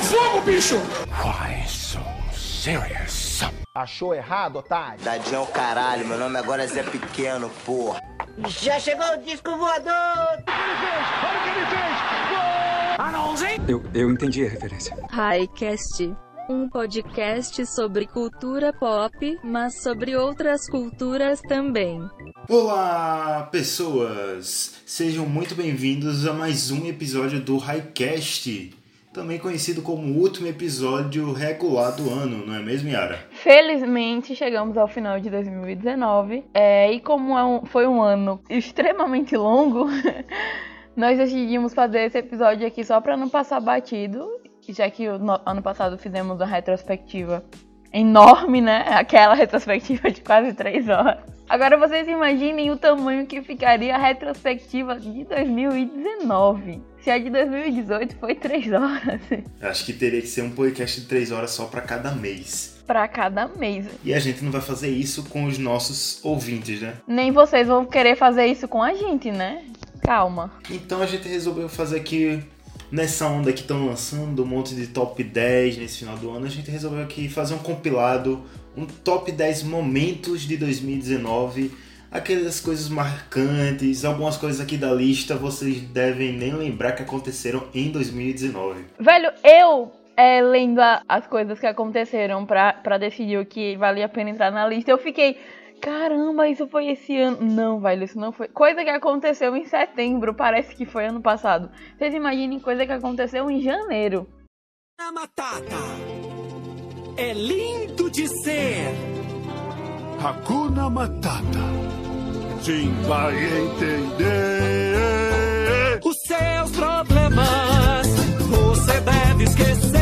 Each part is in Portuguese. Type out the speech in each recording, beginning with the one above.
fogo, bicho! Why so serious? Achou errado, otário? Tadinho é o caralho, meu nome agora é Zé Pequeno, porra. Já chegou o disco voador! Olha o que ele fez! Gol! Eu entendi a referência. Highcast, um podcast sobre cultura pop, mas sobre outras culturas também. Olá, pessoas! Sejam muito bem-vindos a mais um episódio do Highcast, também conhecido como o último episódio regular do ano, não é mesmo, Yara? Felizmente chegamos ao final de 2019 e como foi um ano extremamente longo, nós decidimos fazer esse episódio aqui só para não passar batido, já que ano passado fizemos uma retrospectiva enorme, né? Aquela retrospectiva de quase 3 horas. Agora vocês imaginem o tamanho que ficaria a retrospectiva de 2019. Se a de 2018 foi 3 horas. Acho que teria que ser um podcast de 3 horas só para cada mês. Para cada mês. E a gente não vai fazer isso com os nossos ouvintes, né? Nem vocês vão querer fazer isso com a gente, né? Calma. Então a gente resolveu fazer aqui, nessa onda que estão lançando um monte de top 10 nesse final do ano, a gente resolveu aqui fazer um compilado, um top 10 momentos de 2019, aquelas coisas marcantes, algumas coisas aqui da lista vocês devem nem lembrar que aconteceram em 2019. Velho, eu lendo as coisas que aconteceram pra decidir o que valia a pena entrar na lista, eu fiquei, caramba, isso foi esse ano. Não, velho, isso não foi. Coisa que aconteceu em setembro, parece que foi ano passado. Vocês imaginem coisa que aconteceu em janeiro. A Matata é lindo de ser. Hakuna Matata. Sim, vai entender. Os seus problemas você deve esquecer.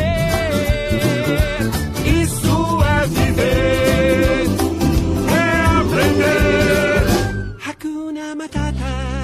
Isso é viver, é aprender. Hakuna Matata.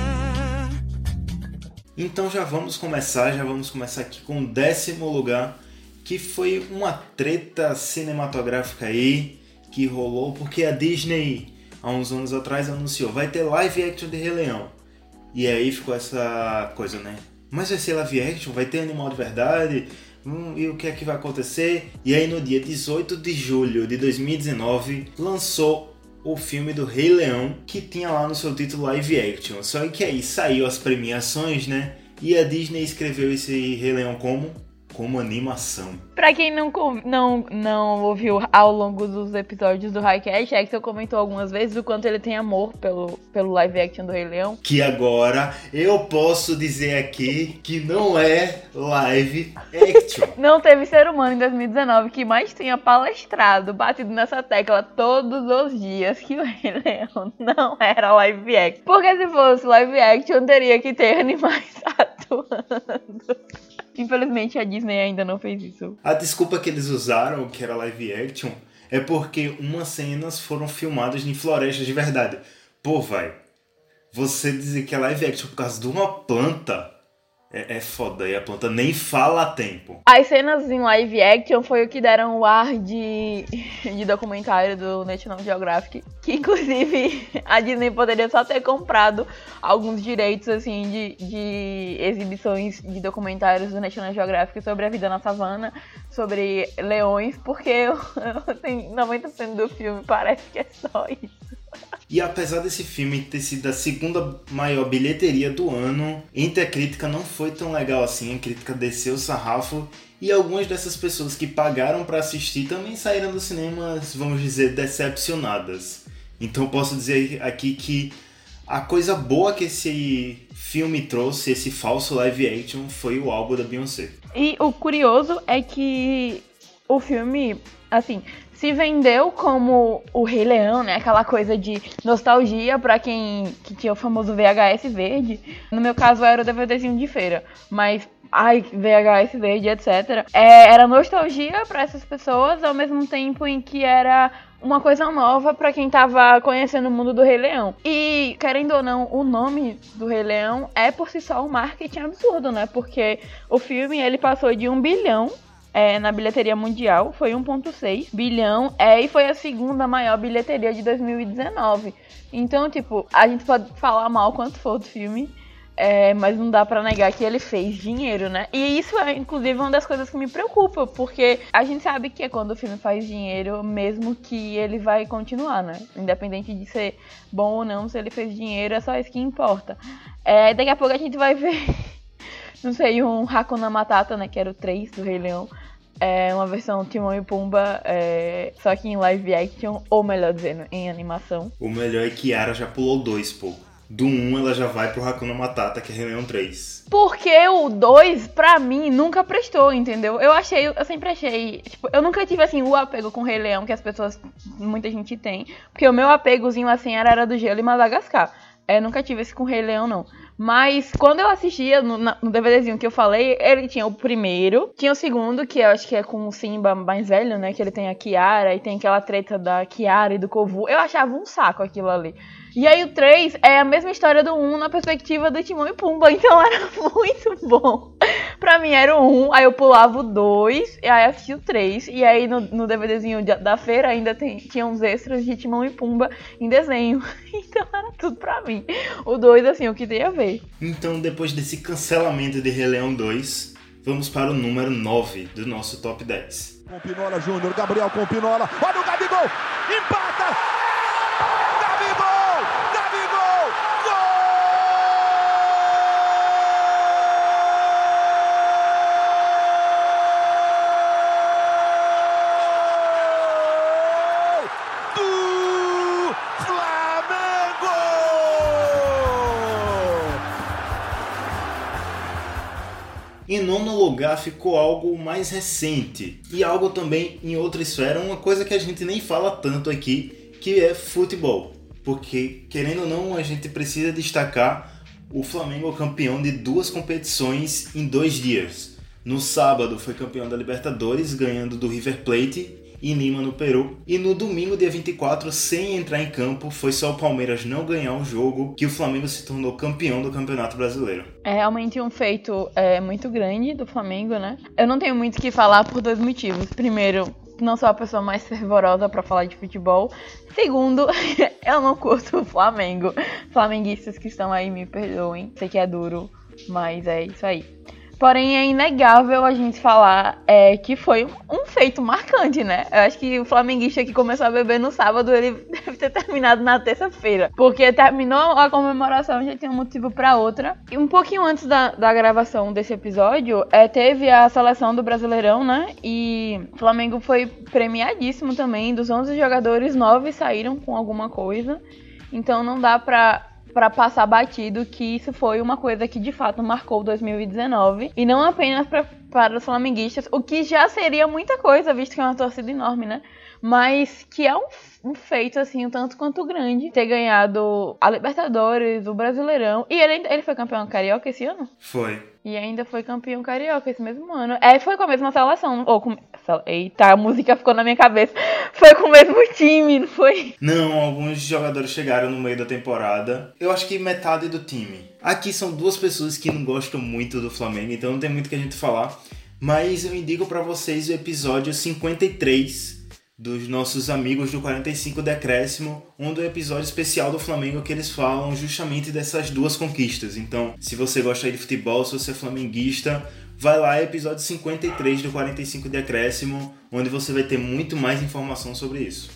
Então já vamos começar aqui com o 10º lugar, que foi uma treta cinematográfica aí que rolou porque a Disney há uns anos atrás anunciou, vai ter live action de Rei Leão. E aí ficou essa coisa, né? Mas vai ser live action? Vai ter animal de verdade? E o que é que vai acontecer? E aí no dia 18 de julho de 2019 lançou o filme do Rei Leão, que tinha lá no seu título live action. Só que aí saiu as premiações, né? E a Disney escreveu esse Rei Leão como animação. Pra quem não ouviu ao longo dos episódios do Highcast, Hector comentou algumas vezes o quanto ele tem amor pelo live action do Rei Leão. Que agora eu posso dizer aqui que não é live action. Não teve ser humano em 2019 que mais tenha palestrado, batido nessa tecla todos os dias que o Rei Leão não era live action. Porque se fosse live action, teria que ter animais atuando. Infelizmente a Disney ainda não fez isso. A desculpa que eles usaram, que era live action, é porque umas cenas foram filmadas em florestas de verdade. Pô, vai, você dizer que é live action por causa de uma planta é foda, e a planta nem fala a tempo. As cenas em live action foi o que deram o ar de documentário do National Geographic, que inclusive a Disney poderia só ter comprado alguns direitos assim de exibições de documentários do National Geographic sobre a vida na savana, sobre leões, porque 90% do filme parece que é só isso. E apesar desse filme ter sido a segunda maior bilheteria do ano, entre a crítica não foi tão legal assim, a crítica desceu o sarrafo e algumas dessas pessoas que pagaram para assistir também saíram dos cinemas, vamos dizer, decepcionadas. Então posso dizer aqui que a coisa boa que esse filme trouxe, esse falso live action, foi o álbum da Beyoncé. E o curioso é que o filme, assim, se vendeu como o Rei Leão, né? Aquela coisa de nostalgia pra quem que tinha o famoso VHS verde. No meu caso era o DVDzinho de feira, mas VHS verde, etc. Era nostalgia pra essas pessoas, ao mesmo tempo em que era uma coisa nova pra quem tava conhecendo o mundo do Rei Leão. E, querendo ou não, o nome do Rei Leão é por si só um marketing absurdo, né? Porque o filme, ele passou de 1 bilhão na bilheteria mundial, foi 1,6 bilhão, e foi a segunda maior bilheteria de 2019. Então, tipo, a gente pode falar mal quanto for do filme, Mas não dá pra negar que ele fez dinheiro, né? E isso é, inclusive, uma das coisas que me preocupa, porque a gente sabe que é quando o filme faz dinheiro, mesmo que ele vai continuar, né? Independente de ser bom ou não, se ele fez dinheiro, é só isso que importa. Daqui a pouco a gente vai ver, não sei, um Hakuna Matata, né? Que era o 3 do Rei Leão. Uma versão Timão e Pumba, só que em live action, ou melhor dizendo, em animação. O melhor é que Yara já pulou 2, pô. Do 1 ela já vai pro Hakuna Matata, que é Rei Leão 3. Porque o 2, pra mim, nunca prestou, entendeu? Eu sempre achei, tipo, eu nunca tive, assim, o apego com o Rei Leão, que as pessoas, muita gente tem. Porque o meu apegozinho, assim, era Era do Gelo e Madagascar. Nunca tive esse com o Rei Leão, não. Mas quando eu assistia no DVDzinho que eu falei, ele tinha o primeiro, tinha o segundo, que eu acho que é com o Simba mais velho, né? Que ele tem a Kiara e tem aquela treta da Kiara e do Kovu. Eu achava um saco aquilo ali. E aí o 3 é a mesma história do 1 na perspectiva do Timão e Pumba, então era muito bom. Pra mim era o 1, aí eu pulava o 2, e aí assistia o 3, e aí no DVDzinho da feira ainda tinha uns extras de Timão e Pumba em desenho. Então era tudo pra mim. O 2, assim, o que tem a ver. Então, depois desse cancelamento de Rei Leão 2, vamos para o número 9 do nosso Top 10. Com Pinola Júnior, Gabriel com Pinola, olha o Gabigol, empata! Gabigol! Gabigol! Gol! Do Flamengo! Em nono lugar ficou algo mais recente e algo também em outra esfera, uma coisa que a gente nem fala tanto aqui, que é futebol. Porque, querendo ou não, a gente precisa destacar o Flamengo campeão de 2 competições em 2 dias. No sábado foi campeão da Libertadores, ganhando do River Plate em Lima, no Peru. E no domingo, dia 24, sem entrar em campo, foi só o Palmeiras não ganhar o jogo que o Flamengo se tornou campeão do Campeonato Brasileiro. É realmente um feito muito grande do Flamengo, né? Eu não tenho muito o que falar por 2 motivos. Primeiro, não sou a pessoa mais fervorosa pra falar de futebol. Segundo, eu não curto o Flamengo. Flamenguistas que estão aí, me perdoem. Sei que é duro, mas é isso aí. Porém, é inegável a gente falar que foi um feito marcante, né? Eu acho que o flamenguista que começou a beber no sábado, ele deve ter terminado na terça-feira. Porque terminou a comemoração, já tinha um motivo pra outra. E um pouquinho antes da gravação desse episódio, teve a seleção do Brasileirão, né? E o Flamengo foi premiadíssimo também. Dos 11 jogadores, 9 saíram com alguma coisa. Então não dá pra passar batido que isso foi uma coisa que de fato marcou 2019 e não apenas para os flamenguistas, o que já seria muita coisa, visto que é uma torcida enorme, né? Mas que é um feito assim, um tanto quanto grande, ter ganhado a Libertadores, o Brasileirão, e ele foi campeão carioca esse ano? Foi. E ainda foi campeão carioca esse mesmo ano. Foi com a mesma seleção. Eita, a música ficou na minha cabeça. Foi com o mesmo time, não foi? Não, alguns jogadores chegaram no meio da temporada. Eu acho que metade do time. Aqui são 2 pessoas que não gostam muito do Flamengo, então não tem muito o que a gente falar. Mas eu indico pra vocês o episódio 53 dos nossos amigos do 45 Decréscimo, um do episódio especial do Flamengo que eles falam justamente dessas 2 conquistas. Então, se você gosta de futebol, se você é flamenguista, vai lá, episódio 53 do 45 Decréscimo, onde você vai ter muito mais informação sobre isso.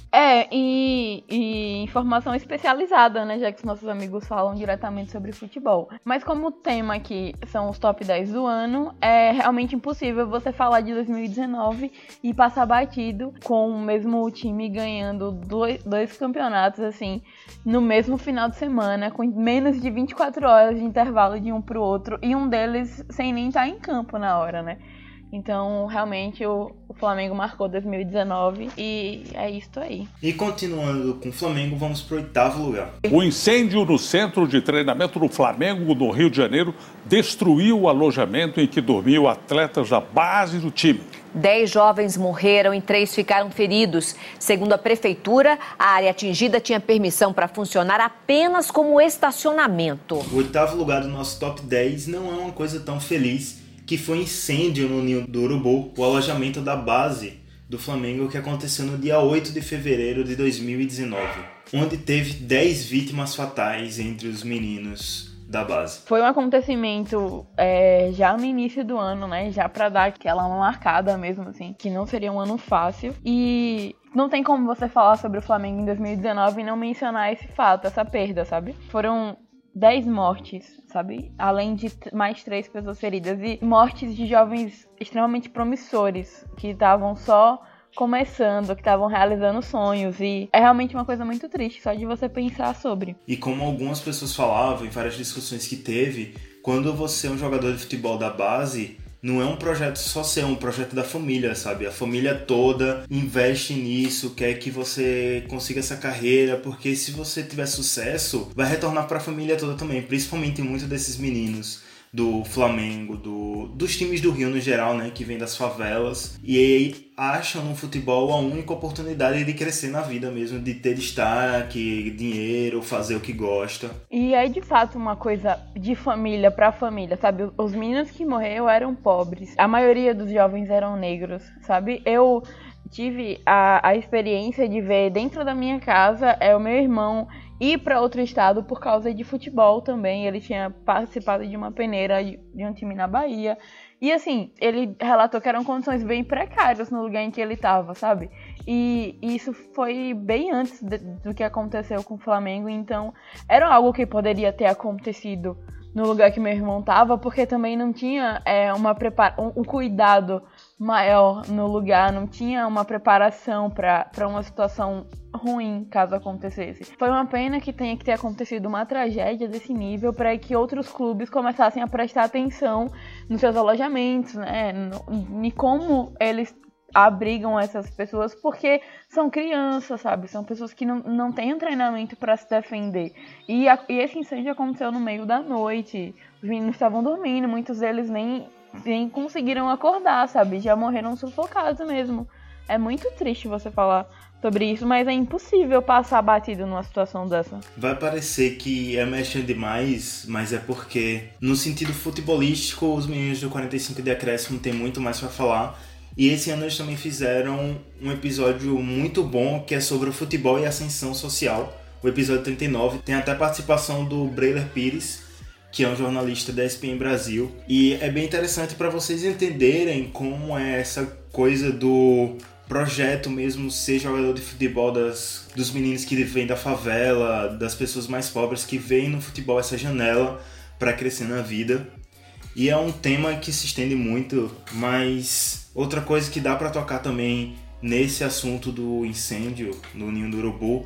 E informação especializada, né, já que os nossos amigos falam diretamente sobre futebol. Mas como o tema aqui são os top 10 do ano, é realmente impossível você falar de 2019 e passar batido com o mesmo time ganhando dois campeonatos, assim, no mesmo final de semana, com menos de 24 horas de intervalo de um pro outro, e um deles sem nem estar em campo na hora, né? Então, realmente, o Flamengo marcou 2019 e é isso aí. E continuando com o Flamengo, vamos pro 8º lugar. O incêndio no centro de treinamento do Flamengo, no Rio de Janeiro, destruiu o alojamento em que dormiam atletas da base do time. 10 jovens morreram e 3 ficaram feridos. Segundo a prefeitura, a área atingida tinha permissão para funcionar apenas como estacionamento. O 8º lugar do nosso top 10 não é uma coisa tão feliz, que foi incêndio no Ninho do Urubu, o alojamento da base do Flamengo que aconteceu no dia 8 de fevereiro de 2019, onde teve 10 vítimas fatais entre os meninos da base. Foi um acontecimento já no início do ano, né? Já pra dar aquela marcada mesmo, assim, que não seria um ano fácil. E não tem como você falar sobre o Flamengo em 2019 e não mencionar esse fato, essa perda, sabe? Foram 10 mortes, sabe? Além de mais 3 pessoas feridas. E mortes de jovens extremamente promissores, que estavam só começando, que estavam realizando sonhos. E é realmente uma coisa muito triste, só de você pensar sobre. E como algumas pessoas falavam em várias discussões que teve, quando você é um jogador de futebol da base, não é um projeto só seu, é um projeto da família, sabe? A família toda investe nisso, quer que você consiga essa carreira, porque se você tiver sucesso, vai retornar para a família toda também, principalmente muitos desses meninos do Flamengo, dos times do Rio no geral, né, que vêm das favelas, e aí acham no futebol a única oportunidade de crescer na vida mesmo, de ter destaque, dinheiro, fazer o que gosta. E é de fato uma coisa de família pra família, sabe? Os meninos que morreram eram pobres, a maioria dos jovens eram negros, sabe? Eu tive a experiência de ver dentro da minha casa o meu irmão ir para outro estado por causa de futebol também. Ele tinha participado de uma peneira de um time na Bahia. E assim, ele relatou que eram condições bem precárias no lugar em que ele estava, sabe? E isso foi bem antes do que aconteceu com o Flamengo. Então, era algo que poderia ter acontecido no lugar que meu irmão estava, porque também não tinha um cuidado maior no lugar, não tinha uma preparação para uma situação ruim caso acontecesse. Foi uma pena que tenha que ter acontecido uma tragédia desse nível para que outros clubes começassem a prestar atenção nos seus alojamentos, né? E como eles abrigam essas pessoas, porque são crianças, sabe? São pessoas que não têm um treinamento para se defender. E esse incêndio aconteceu no meio da noite. Os meninos estavam dormindo, muitos deles nem conseguiram acordar, sabe? Já morreram sufocados mesmo. É muito triste você falar sobre isso, mas é impossível passar batido numa situação dessa. Vai parecer que é mexendo demais, mas é porque, no sentido futebolístico, os meninos do 45 de acréscimo tem muito mais para falar. E esse ano eles também fizeram um episódio muito bom, que é sobre o futebol e a ascensão social. O episódio 39 tem até a participação do Breiler Pires, que é um jornalista da ESPN Brasil. E é bem interessante para vocês entenderem como é essa coisa do projeto mesmo ser jogador de futebol dos meninos que vêm da favela, das pessoas mais pobres que veem no futebol essa janela para crescer na vida. E é um tema que se estende muito, mas outra coisa que dá para tocar também nesse assunto do incêndio no Ninho do Urubu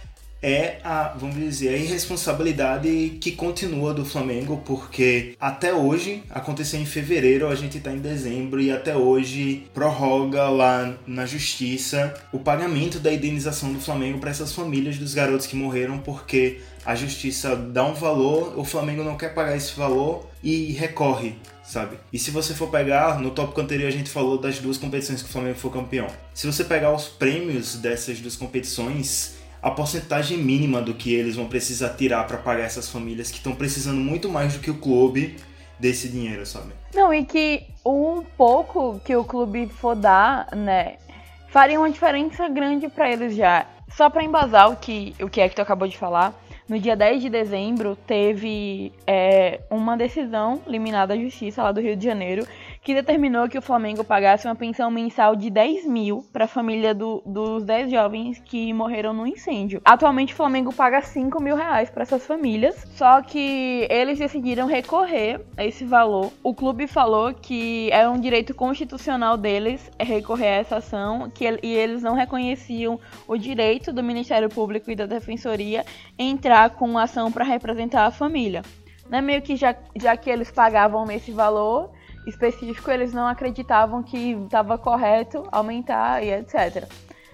é a irresponsabilidade que continua do Flamengo, porque até hoje, aconteceu em fevereiro, a gente está em dezembro e até hoje prorroga lá na justiça o pagamento da indenização do Flamengo para essas famílias dos garotos que morreram, porque a justiça dá um valor, o Flamengo não quer pagar esse valor e recorre, sabe? E se você for pegar, no tópico anterior a gente falou das 2 competições que o Flamengo foi campeão. Se você pegar os prêmios dessas 2 competições, a porcentagem mínima do que eles vão precisar tirar para pagar essas famílias que estão precisando muito mais do que o clube desse dinheiro, sabe? Não, e que um pouco que o clube for dar, né, faria uma diferença grande para eles já. Só para embasar o que é que tu acabou de falar, no dia 10 de dezembro teve uma decisão liminar da justiça lá do Rio de Janeiro que determinou que o Flamengo pagasse uma pensão mensal de 10 mil para a família dos 10 jovens que morreram no incêndio. Atualmente o Flamengo paga 5 mil reais para essas famílias, só que eles decidiram recorrer a esse valor. O clube falou que era um direito constitucional deles recorrer a essa ação, e eles não reconheciam o direito do Ministério Público e da Defensoria entrar com ação para representar a família. Né? Meio que já que eles pagavam esse valor específico, eles não acreditavam que estava correto aumentar e etc.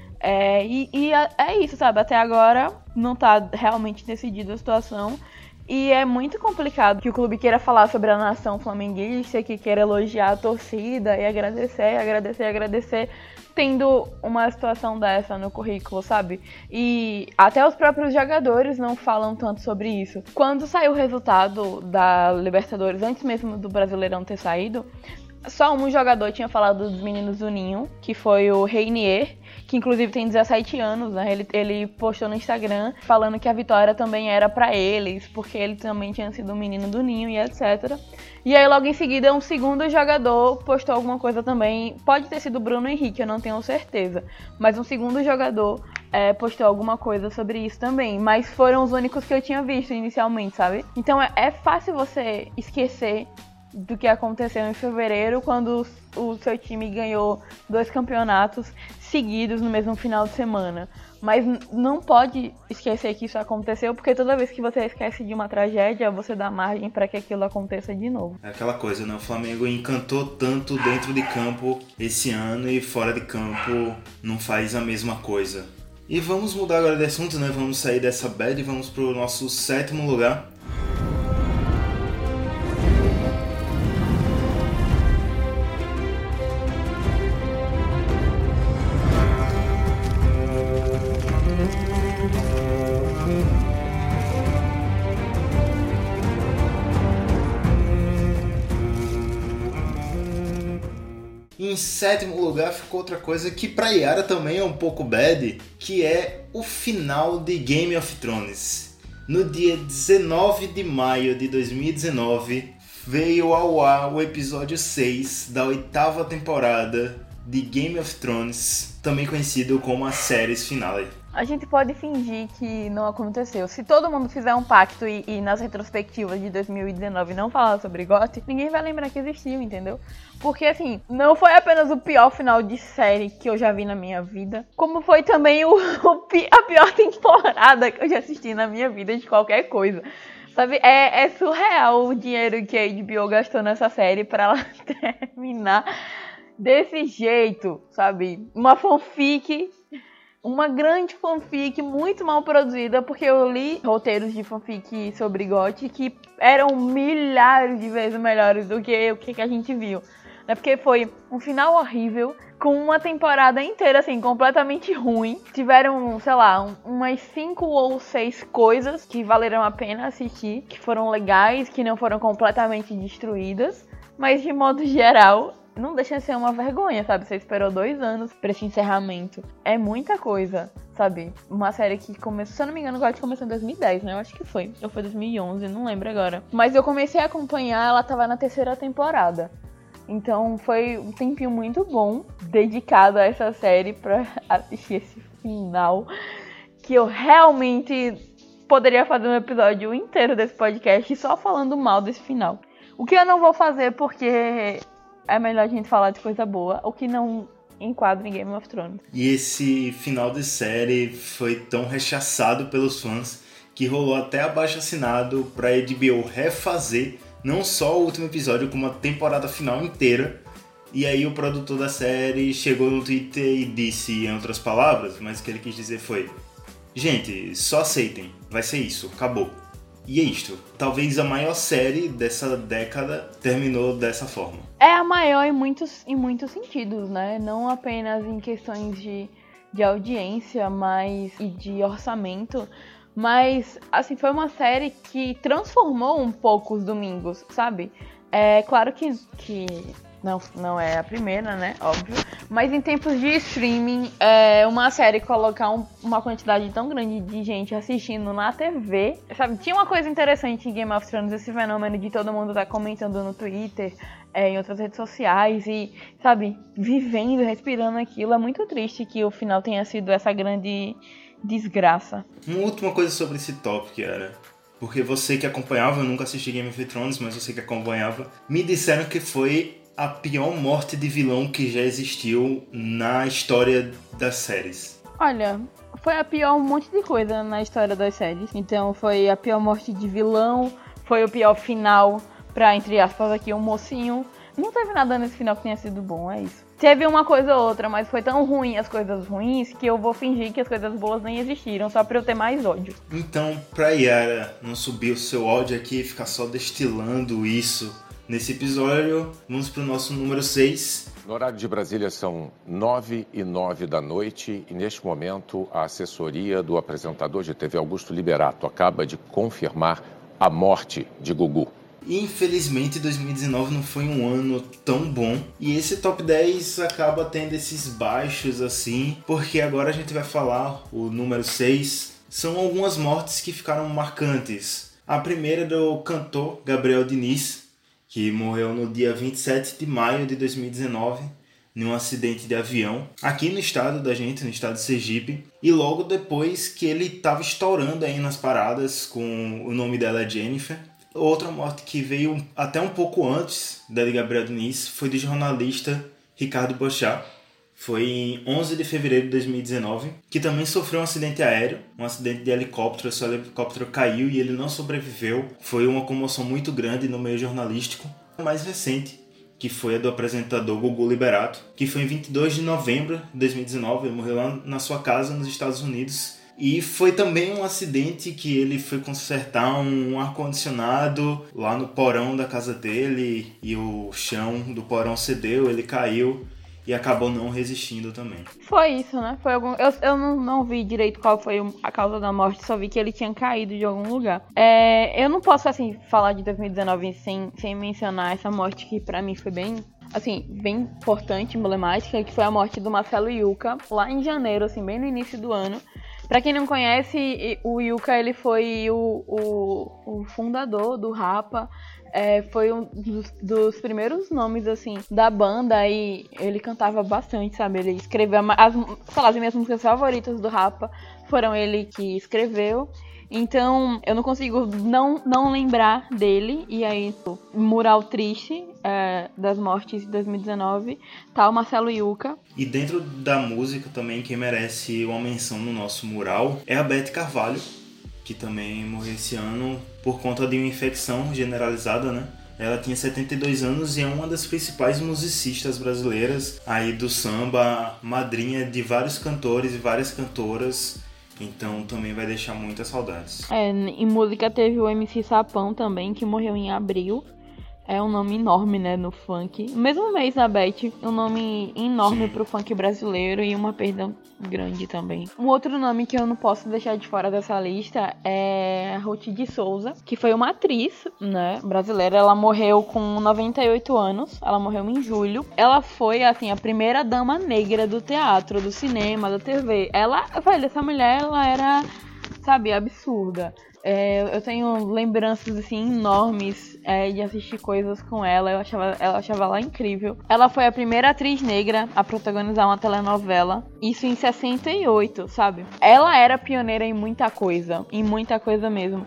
É isso, sabe? Até agora não está realmente decidida a situação. E é muito complicado que o clube queira falar sobre a nação flamenguista, que queira elogiar a torcida e agradecer, tendo uma situação dessa no currículo, sabe? E até os próprios jogadores não falam tanto sobre isso. Quando saiu o resultado da Libertadores, antes mesmo do Brasileirão ter saído, só um jogador tinha falado dos meninos do Ninho, que foi o Reinier, que inclusive tem 17 anos, né? Ele postou no Instagram falando que a vitória também era pra eles, porque ele também tinha sido um menino do Ninho e etc. E aí logo em seguida um segundo jogador postou alguma coisa também, pode ter sido o Bruno Henrique, eu não tenho certeza, mas um segundo jogador postou alguma coisa sobre isso também, mas foram os únicos que eu tinha visto inicialmente, sabe? Então é fácil você esquecer do que aconteceu em fevereiro, quando o seu time ganhou 2 campeonatos seguidos no mesmo final de semana. Mas não pode esquecer que isso aconteceu, porque toda vez que você esquece de uma tragédia, você dá margem para que aquilo aconteça de novo. É aquela coisa, né? O Flamengo encantou tanto dentro de campo esse ano e fora de campo não faz a mesma coisa. E vamos mudar agora de assunto, né? Vamos sair dessa bad e vamos pro nosso 7º lugar. Em 7º lugar ficou outra coisa que pra Yara também é um pouco bad, que é o final de Game of Thrones. No dia 19 de maio de 2019, veio ao ar o episódio 6 da 8ª temporada de Game of Thrones, também conhecido como a séries finale. A gente pode fingir que não aconteceu. Se todo mundo fizer um pacto e nas retrospectivas de 2019 não falar sobre GOT, ninguém vai lembrar que existiu, entendeu? Porque, assim, não foi apenas o pior final de série que eu já vi na minha vida, como foi também a pior temporada que eu já assisti na minha vida de qualquer coisa. Sabe, é surreal o dinheiro que a HBO gastou nessa série pra ela terminar desse jeito, sabe? Uma fanfic... Uma grande fanfic muito mal produzida, porque eu li roteiros de fanfic sobre GOT que eram milhares de vezes melhores do que o que a gente viu. Né? Porque foi um final horrível, com uma temporada inteira, assim, completamente ruim. Tiveram, sei lá, umas 5 ou 6 coisas que valeram a pena assistir, que foram legais, que não foram completamente destruídas. Mas, de modo geral... não deixa de ser uma vergonha, sabe? Você esperou 2 anos pra esse encerramento. É muita coisa, sabe? Uma série que começou, se eu não me engano, o GOT começou em 2010, né? Eu acho que foi. Ou foi 2011, não lembro agora. Mas eu comecei a acompanhar, ela tava na 3ª temporada. Então foi um tempinho muito bom dedicado a essa série pra assistir esse final. Que eu realmente poderia fazer um episódio inteiro desse podcast só falando mal desse final. O que eu não vou fazer porque... é melhor a gente falar de coisa boa, o que não enquadra em Game of Thrones. E esse final de série foi tão rechaçado pelos fãs que rolou até abaixo-assinado pra HBO refazer não só o último episódio, como a temporada final inteira. E aí o produtor da série chegou no Twitter e disse, em outras palavras, mas o que ele quis dizer foi: gente, só aceitem, vai ser isso, acabou. E é isto. Talvez a maior série dessa década terminou dessa forma. É a maior em muitos sentidos, né? Não apenas em questões de audiência, mas e de orçamento. Mas, assim, foi uma série que transformou um pouco os domingos, sabe? É claro que não é a primeira, né? Óbvio. Mas em tempos de streaming, uma série colocar uma quantidade tão grande de gente assistindo na TV, sabe? Tinha uma coisa interessante em Game of Thrones, esse fenômeno de todo mundo estar comentando no Twitter, em outras redes sociais e, sabe, vivendo, respirando aquilo. É muito triste que o final tenha sido essa grande desgraça. Uma última coisa sobre esse tópico, era... porque você que acompanhava, eu nunca assisti Game of Thrones, mas você que acompanhava, me disseram que foi a pior morte de vilão que já existiu na história das séries. Olha, foi a pior um monte de coisa na história das séries. Então foi a pior morte de vilão, foi o pior final pra, entre aspas, aqui, um mocinho. Não teve nada nesse final que tenha sido bom, é isso. Teve uma coisa ou outra, mas foi tão ruim as coisas ruins que eu vou fingir que as coisas boas nem existiram, só pra eu ter mais ódio. Então, pra Yara não subir o seu ódio aqui e ficar só destilando isso nesse episódio, vamos pro nosso número 6. No horário de Brasília são 9h09 da noite e neste momento a assessoria do apresentador de TV Augusto Liberato acaba de confirmar a morte de Gugu. E infelizmente 2019 não foi um ano tão bom. E esse top 10 acaba tendo esses baixos assim, porque agora a gente vai falar o número 6. São algumas mortes que ficaram marcantes. A primeira é do cantor Gabriel Diniz, que morreu no dia 27 de maio de 2019, num acidente de avião, aqui no estado da gente, no estado de Sergipe. E logo depois que ele estava estourando aí nas paradas, com o nome dela é Jennifer. Outra morte que veio até um pouco antes da de Gabriel Diniz foi do jornalista Ricardo Boechat. Foi em 11 de fevereiro de 2019, que também sofreu um acidente aéreo, um acidente de helicóptero. Seu helicóptero caiu e ele não sobreviveu. Foi uma comoção muito grande no meio jornalístico. A mais recente, que foi a do apresentador Gugu Liberato, que foi em 22 de novembro de 2019, ele morreu lá na sua casa nos Estados Unidos. E foi também um acidente que ele foi consertar um ar-condicionado lá no porão da casa dele, e o chão do porão cedeu, ele caiu e acabou não resistindo também. Foi isso, né? Foi algum... Eu não vi direito qual foi a causa da morte, só vi que ele tinha caído de algum lugar. Eu não posso, assim, falar de 2019 sem mencionar essa morte que pra mim foi bem importante, emblemática, que foi a morte do Marcelo Yuca, lá em janeiro, assim, bem no início do ano. Pra quem não conhece, o Yuca, ele foi o fundador do Rapa. Foi um dos primeiros nomes, assim, da banda, e ele cantava bastante, sabe? Ele escreveu as minhas músicas favoritas do Rapa foram ele que escreveu. Então, eu não consigo não lembrar dele. E aí, mural triste das mortes de 2019, tá o Marcelo Yuca. E dentro da música também, quem merece uma menção no nosso mural é a Beth Carvalho, que também morreu esse ano por conta de uma infecção generalizada, né? Ela tinha 72 anos e é uma das principais musicistas brasileiras aí do samba, madrinha de vários cantores e várias cantoras, então também vai deixar muitas saudades. Em música teve o MC Sapão também, que morreu em abril. É um nome enorme, né, no funk. No mesmo mês da Beth, um nome enorme pro funk brasileiro e uma perda grande também. Um outro nome que eu não posso deixar de fora dessa lista é a Ruth de Souza, que foi uma atriz, né, brasileira. Ela morreu com 98 anos, ela morreu em julho. Ela foi, assim, a primeira dama negra do teatro, do cinema, da TV. Essa mulher, ela era, sabe, absurda. Eu tenho lembranças, assim, enormes de assistir coisas com ela. Eu achava ela incrível. Ela foi a primeira atriz negra a protagonizar uma telenovela. Isso em 68, sabe? Ela era pioneira em muita coisa mesmo.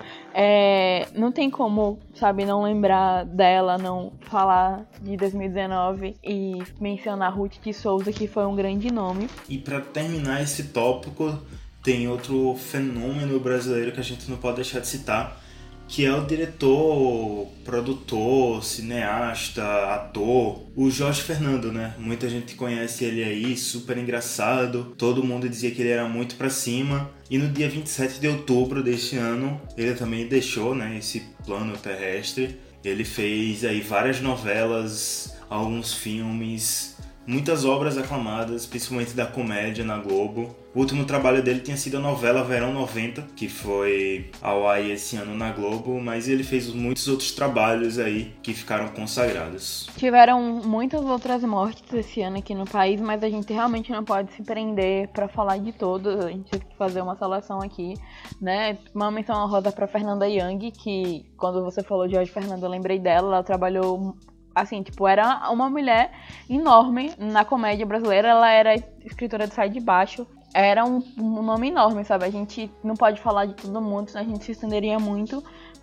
Não tem como, sabe, não lembrar dela, não falar de 2019 e mencionar Ruth de Souza, que foi um grande nome. E pra terminar esse tópico, tem outro fenômeno brasileiro que a gente não pode deixar de citar, que é o diretor, produtor, cineasta, ator, o Jorge Fernando, né? Muita gente conhece ele aí, super engraçado, todo mundo dizia que ele era muito pra cima. E no dia 27 de outubro deste ano, ele também deixou, né, esse plano terrestre. Ele fez aí várias novelas, alguns filmes, muitas obras aclamadas, principalmente da comédia na Globo. O último trabalho dele tinha sido a novela Verão 90, que foi ao ar esse ano na Globo, mas ele fez muitos outros trabalhos aí que ficaram consagrados. Tiveram muitas outras mortes esse ano aqui no país, mas a gente realmente não pode se prender para falar de todas. A gente teve que fazer uma seleção aqui, né? Uma menção honrosa para Fernanda Young, que quando você falou de Jorge Fernando, eu lembrei dela. Ela trabalhou, assim, tipo, era uma mulher enorme na comédia brasileira. Ela era escritora de Sai de Baixo. Era um nome enorme, sabe? A gente não pode falar de todo mundo, senão a gente se estenderia muito.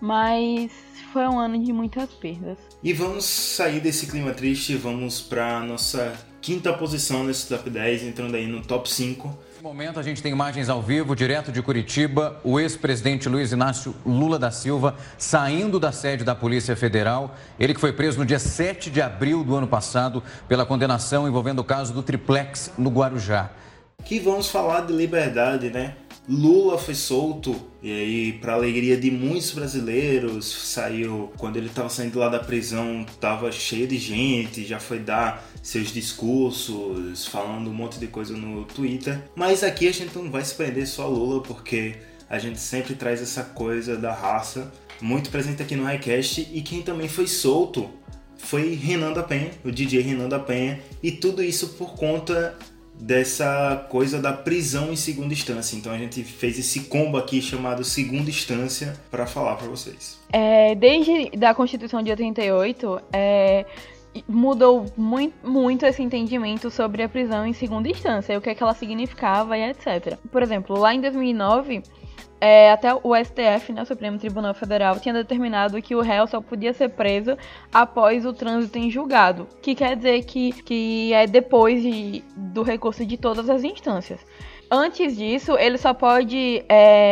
Mas foi um ano de muitas perdas. E vamos sair desse clima triste, vamos para nossa quinta posição nesse top 10, entrando aí no top 5. Nesse momento a gente tem imagens ao vivo, direto de Curitiba, o ex-presidente Luiz Inácio Lula da Silva saindo da sede da Polícia Federal. Ele que foi preso no dia 7 de abril do ano passado pela condenação envolvendo o caso do Triplex no Guarujá. Que vamos falar de liberdade, né? Lula foi solto e aí, para alegria de muitos brasileiros, saiu, quando ele estava saindo lá da prisão, estava cheio de gente, já foi dar seus discursos, falando um monte de coisa no Twitter. Mas aqui a gente não vai se prender só a Lula, porque a gente sempre traz essa coisa da raça, muito presente aqui no Highcast, e quem também foi solto foi Renan da Penha, o DJ Renan da Penha, e tudo isso por conta dessa coisa da prisão em segunda instância. Então a gente fez esse combo aqui chamado segunda instância para falar para vocês. Desde a Constituição de 88, mudou muito esse entendimento sobre a prisão em segunda instância, o que é que ela significava e etc. Por exemplo, lá em 2009, até o STF, né, o Supremo Tribunal Federal, tinha determinado que o réu só podia ser preso após o trânsito em julgado, que quer dizer que é depois do recurso de todas as instâncias. Antes disso, ele só pode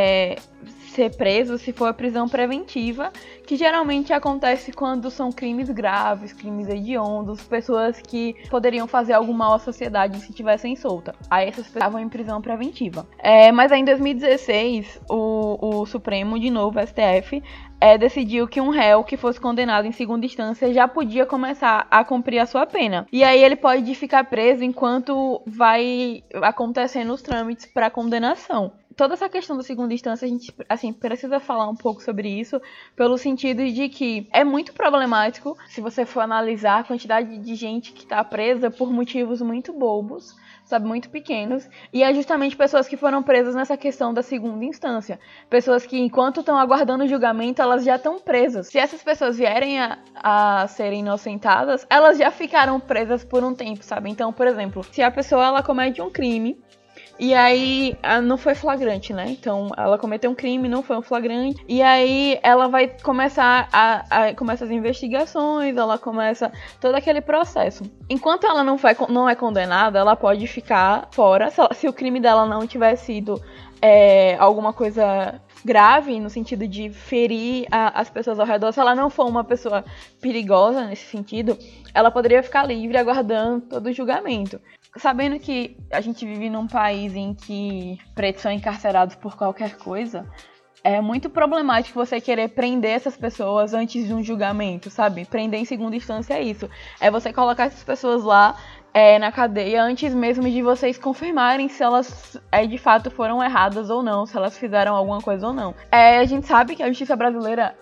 ser preso se for a prisão preventiva, que geralmente acontece quando são crimes graves, crimes hediondos, pessoas que poderiam fazer algum mal à sociedade se estivessem soltas. Aí essas pessoas estavam em prisão preventiva. Mas aí em 2016, o Supremo, de novo, o STF, decidiu que um réu que fosse condenado em segunda instância já podia começar a cumprir a sua pena. E aí ele pode ficar preso enquanto vai acontecendo os trâmites para condenação. Toda essa questão da segunda instância, a gente precisa falar um pouco sobre isso, pelo sentido de que é muito problemático se você for analisar a quantidade de gente que está presa por motivos muito bobos, sabe, muito pequenos, e é justamente pessoas que foram presas nessa questão da segunda instância. Pessoas que, enquanto estão aguardando o julgamento, elas já estão presas. Se essas pessoas vierem a serem inocentadas, elas já ficaram presas por um tempo, sabe? Então, por exemplo, se a pessoa ela comete um crime, e aí, não foi flagrante, né? Então, ela cometeu um crime, não foi um flagrante. E aí, ela vai começar começa as investigações, ela começa todo aquele processo. Enquanto ela não é condenada, ela pode ficar fora. Se o crime dela não tiver sido alguma coisa grave, no sentido de ferir as pessoas ao redor, se ela não for uma pessoa perigosa nesse sentido, ela poderia ficar livre aguardando todo o julgamento. Sabendo que a gente vive num país em que pretos são encarcerados por qualquer coisa, é muito problemático você querer prender essas pessoas antes de um julgamento, sabe? Prender em segunda instância é isso. É você colocar essas pessoas lá na cadeia antes mesmo de vocês confirmarem se elas de fato foram erradas ou não, se elas fizeram alguma coisa ou não. A gente sabe que a justiça brasileira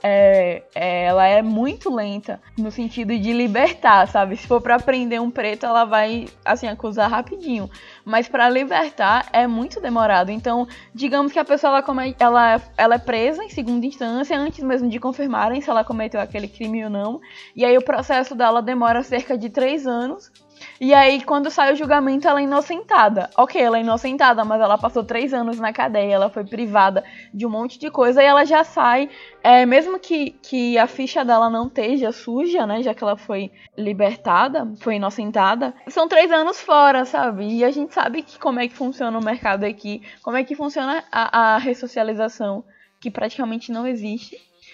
ela é muito lenta no sentido de libertar, sabe? Se for pra prender um preto, ela vai acusar rapidinho, mas pra libertar é muito demorado. Então, digamos que a pessoa ela é presa em segunda instância antes mesmo de confirmarem se ela cometeu aquele crime ou não, e aí o processo dela demora cerca de 3 anos. E aí, quando sai o julgamento, ela é inocentada. Ok, ela é inocentada, mas ela passou 3 anos na cadeia, ela foi privada de um monte de coisa, e ela já sai, mesmo que a ficha dela não esteja suja, né, já que ela foi libertada, foi inocentada, são 3 anos fora, sabe? E a gente sabe como é que funciona o mercado aqui, como é que funciona a ressocialização, que praticamente não existe.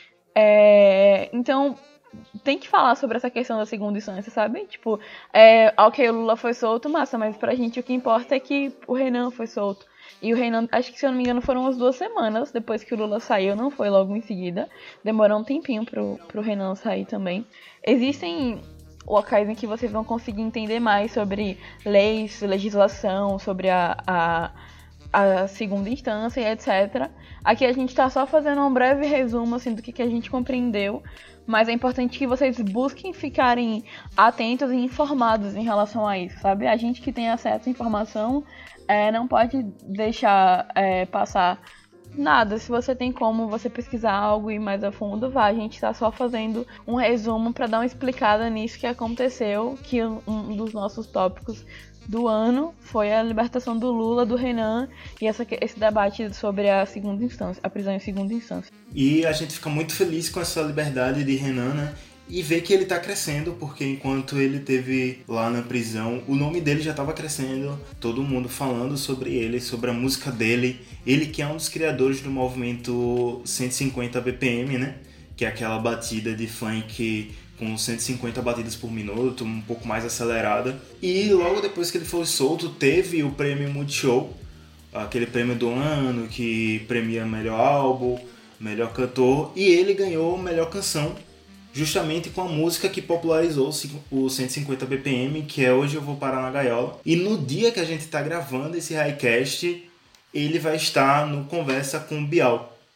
Então, tem que falar sobre essa questão da segunda instância, sabe? Tipo, ok, o Lula foi solto, massa, mas pra gente o que importa é que o Renan foi solto. E o Renan, acho que se eu não me engano foram umas 2 semanas depois que o Lula saiu, não foi logo em seguida. Demorou um tempinho pro Renan sair também. Existem locais em que vocês vão conseguir entender mais sobre leis, legislação, sobre a segunda instância e etc. Aqui a gente tá só fazendo um breve resumo do que a gente compreendeu, mas é importante que vocês busquem ficarem atentos e informados em relação a isso, sabe? A gente que tem acesso à informação não pode deixar passar nada. Se você tem como você pesquisar algo e ir mais a fundo, vá. A gente tá só fazendo um resumo para dar uma explicada nisso que aconteceu, que um dos nossos tópicos do ano foi a libertação do Lula, do Renan e esse debate sobre a segunda instância, a prisão em segunda instância. E a gente fica muito feliz com essa liberdade de Renan, né? E ver que ele tá crescendo, porque enquanto ele teve lá na prisão, o nome dele já tava crescendo, todo mundo falando sobre ele, sobre a música dele. Ele que é um dos criadores do movimento 150 BPM, né? Que é aquela batida de funk com 150 batidas por minuto, um pouco mais acelerada. E logo depois que ele foi solto, teve o prêmio Multishow, aquele prêmio do ano que premia melhor álbum, melhor cantor, e ele ganhou melhor canção, justamente com a música que popularizou o 150 BPM, que é Hoje Eu Vou Parar na Gaiola. E no dia que a gente está gravando esse Highcast, ele vai estar no Conversa com o Bial,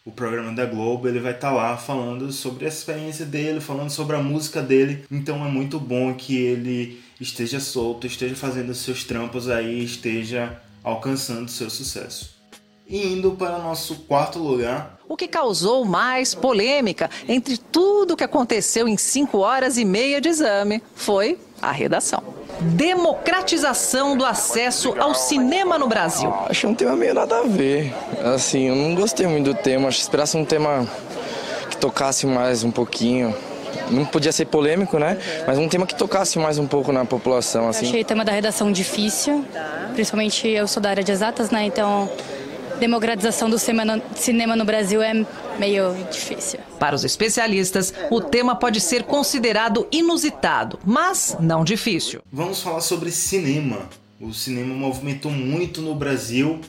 o programa da Globo, ele vai estar lá falando sobre a experiência dele, falando sobre a música dele. Então é muito bom que ele esteja solto, esteja fazendo seus trampos aí, esteja alcançando seu sucesso. E indo para o nosso quarto lugar. O que causou mais polêmica entre tudo que aconteceu em 5 horas e meia de exame foi a redação. Democratização do acesso ao cinema no Brasil. Achei um tema meio nada a ver. Assim, eu não gostei muito do tema. Acho que esperasse um tema que tocasse mais um pouquinho. Não podia ser polêmico, né? Mas um tema que tocasse mais um pouco na população. Assim. Eu achei o tema da redação difícil. Principalmente eu sou da área de exatas, né? Então, democratização do cinema no Brasil é meio difícil. Para os especialistas, o tema pode ser considerado inusitado, mas não difícil. Vamos falar sobre cinema. O cinema movimentou muito no Brasil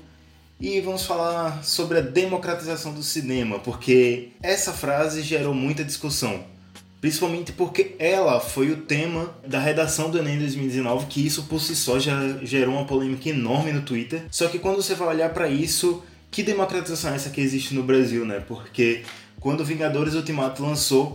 e vamos falar sobre a democratização do cinema, porque essa frase gerou muita discussão. Principalmente porque ela foi o tema da redação do Enem 2019, que isso por si só já gerou uma polêmica enorme no Twitter. Só que quando você vai olhar para isso, que democratização é essa que existe no Brasil, né? Porque quando Vingadores Ultimato lançou,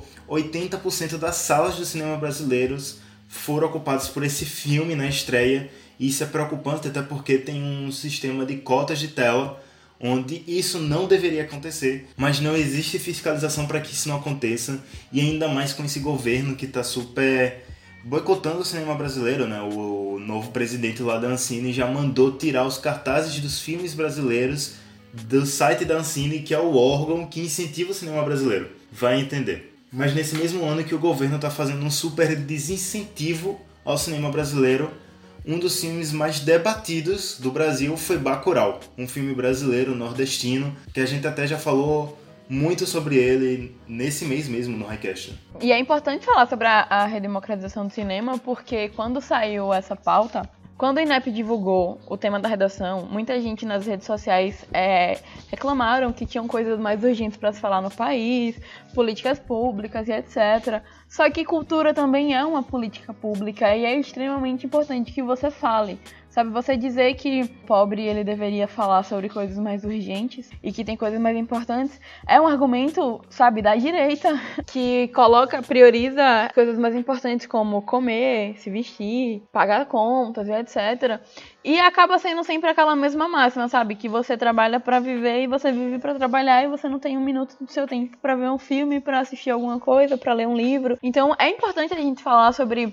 80% das salas do cinema brasileiros foram ocupadas por esse filme na estreia. E isso é preocupante, até porque tem um sistema de cotas de tela, onde isso não deveria acontecer, mas não existe fiscalização para que isso não aconteça, e ainda mais com esse governo que está super boicotando o cinema brasileiro, né? O novo presidente lá da Ancine já mandou tirar os cartazes dos filmes brasileiros do site da Ancine, que é o órgão que incentiva o cinema brasileiro. Vai entender. Mas nesse mesmo ano que o governo está fazendo um super desincentivo ao cinema brasileiro, um dos filmes mais debatidos do Brasil foi Bacurau, um filme brasileiro, nordestino, que a gente até já falou muito sobre ele nesse mês mesmo no Highcast. E é importante falar sobre a redemocratização do cinema, porque quando saiu essa pauta, quando o INEP divulgou o tema da redação, muita gente nas redes sociais reclamaram que tinham coisas mais urgentes para se falar no país, políticas públicas e etc. Só que cultura também é uma política pública e é extremamente importante que você fale. Sabe, você dizer que o pobre ele deveria falar sobre coisas mais urgentes e que tem coisas mais importantes é um argumento, sabe, da direita que prioriza coisas mais importantes como comer, se vestir, pagar contas e etc. E acaba sendo sempre aquela mesma máxima, sabe, que você trabalha pra viver e você vive pra trabalhar e você não tem um minuto do seu tempo pra ver um filme, pra assistir alguma coisa, pra ler um livro. Então é importante a gente falar sobre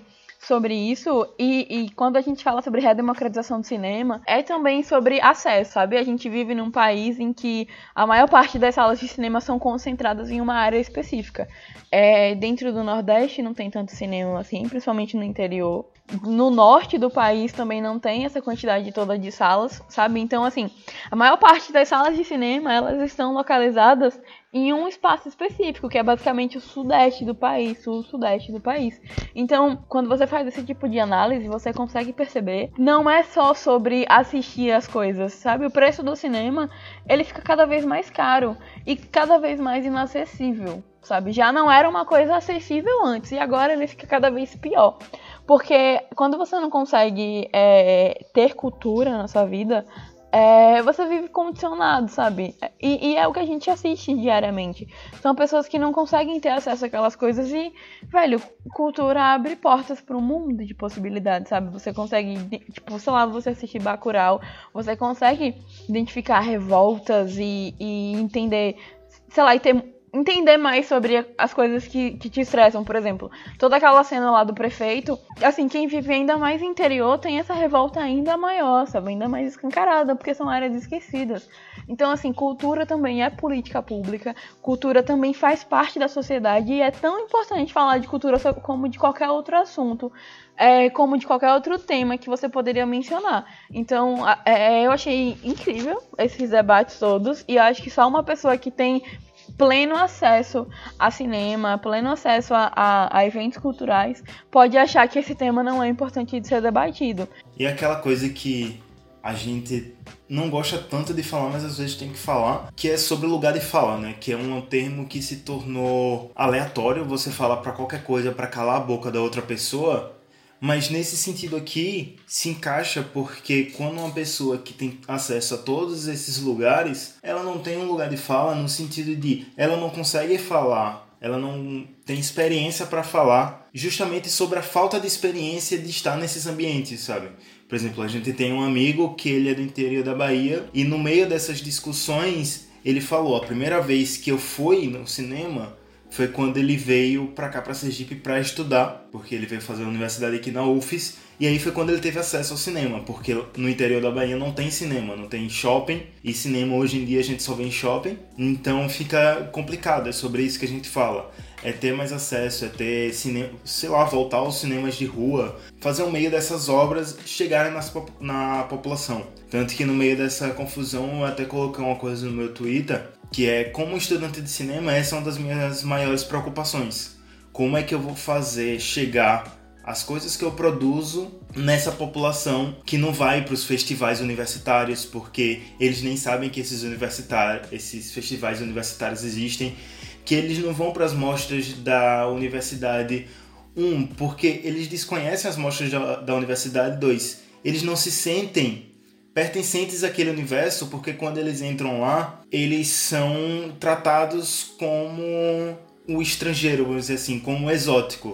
isso e quando a gente fala sobre redemocratização do cinema, é também sobre acesso, sabe? A gente vive num país em que a maior parte das salas de cinema são concentradas em uma área específica. Dentro do Nordeste não tem tanto cinema assim, principalmente no interior. No norte do país também não tem essa quantidade toda de salas, sabe? Então, assim, a maior parte das salas de cinema, elas estão localizadas em um espaço específico, que é basicamente o sudeste do país, sul-sudeste do país. Então, quando você faz esse tipo de análise, você consegue perceber, não é só sobre assistir as coisas, sabe? O preço do cinema, ele fica cada vez mais caro e cada vez mais inacessível, sabe? Já não era uma coisa acessível antes e agora ele fica cada vez pior. Porque quando você não consegue ter cultura na sua vida, você vive condicionado, sabe? E é o que a gente assiste diariamente. São pessoas que não conseguem ter acesso àquelas coisas e, velho, cultura abre portas para um mundo de possibilidades, sabe? Você consegue, tipo, sei lá, você assistir Bacurau, você consegue identificar revoltas e entender, sei lá, entender mais sobre as coisas que te estressam, por exemplo. Toda aquela cena lá do prefeito, assim, quem vive ainda mais interior tem essa revolta ainda maior, sabe? Ainda mais escancarada, porque são áreas esquecidas. Então, assim, cultura também é política pública, cultura também faz parte da sociedade e é tão importante falar de cultura como de qualquer outro assunto, como de qualquer outro tema que você poderia mencionar. Então, eu achei incrível esses debates todos e eu acho que só uma pessoa que tem pleno acesso a cinema, pleno acesso a eventos culturais, pode achar que esse tema não é importante de ser debatido. E aquela coisa que a gente não gosta tanto de falar, mas às vezes tem que falar, que é sobre o lugar de fala, né? Que é um termo que se tornou aleatório, você fala pra qualquer coisa pra calar a boca da outra pessoa, Mas nesse sentido aqui, se encaixa porque quando uma pessoa que tem acesso a todos esses lugares, ela não tem um lugar de fala no sentido de ela não consegue falar, ela não tem experiência para falar justamente sobre a falta de experiência de estar nesses ambientes, sabe? Por exemplo, a gente tem um amigo que ele é do interior da Bahia e no meio dessas discussões ele falou, a primeira vez que eu fui no cinema foi quando ele veio pra cá, pra Sergipe, pra estudar, porque ele veio fazer a universidade aqui na UFES, e aí foi quando ele teve acesso ao cinema, porque no interior da Bahia não tem cinema, não tem shopping, e cinema hoje em dia a gente só vê em shopping, então fica complicado, é sobre isso que a gente fala. É ter mais acesso, é ter cinema, sei lá, voltar aos cinemas de rua, fazer o meio dessas obras chegarem na população. Tanto que no meio dessa confusão eu até coloquei uma coisa no meu Twitter, que é, como estudante de cinema, essa é uma das minhas maiores preocupações. Como é que eu vou fazer chegar as coisas que eu produzo nessa população que não vai para os festivais universitários, porque eles nem sabem que esses festivais universitários existem, que eles não vão para as mostras da universidade, porque eles desconhecem as mostras da universidade, 2, eles não se sentem pertencentes àquele universo, porque quando eles entram lá, eles são tratados como o estrangeiro, vamos dizer assim, como o exótico.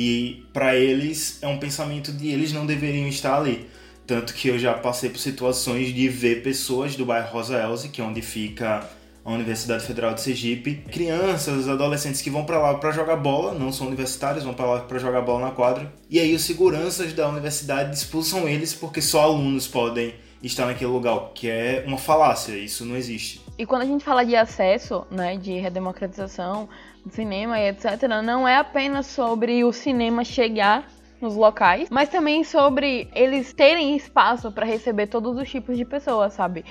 E para eles é um pensamento de eles não deveriam estar ali. Tanto que eu já passei por situações de ver pessoas do bairro Rosa Elze, que é onde fica a Universidade Federal de Sergipe, crianças, adolescentes que vão para lá para jogar bola, não são universitários, vão para lá para jogar bola na quadra. E aí os seguranças da universidade expulsam eles porque só alunos podem estar naquele lugar, que é uma falácia, isso não existe. E quando a gente fala de acesso, né, de redemocratização do cinema e etc., não é apenas sobre o cinema chegar nos locais, mas também sobre eles terem espaço para receber todos os tipos de pessoas, sabe?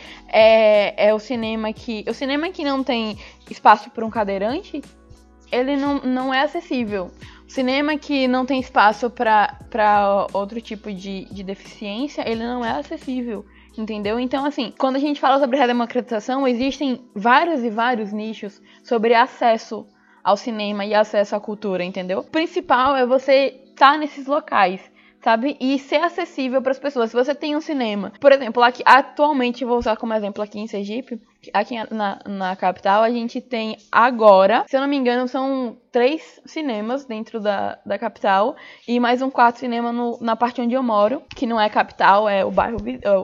É o cinema que não tem espaço para um cadeirante, ele não é acessível. O cinema que não tem espaço para outro tipo de deficiência, ele não é acessível. Entendeu? Então, assim, quando a gente fala sobre redemocratização, existem vários e vários nichos sobre acesso ao cinema e acesso à cultura, entendeu? O principal é você estar nesses locais, sabe? E ser acessível para as pessoas. Se você tem um cinema, por exemplo, aqui, atualmente, vou usar como exemplo aqui em Sergipe, aqui na capital, a gente tem agora, se eu não me engano, são 3 cinemas dentro da capital e mais um 4º cinema na parte onde eu moro, que não é capital, é o bairro,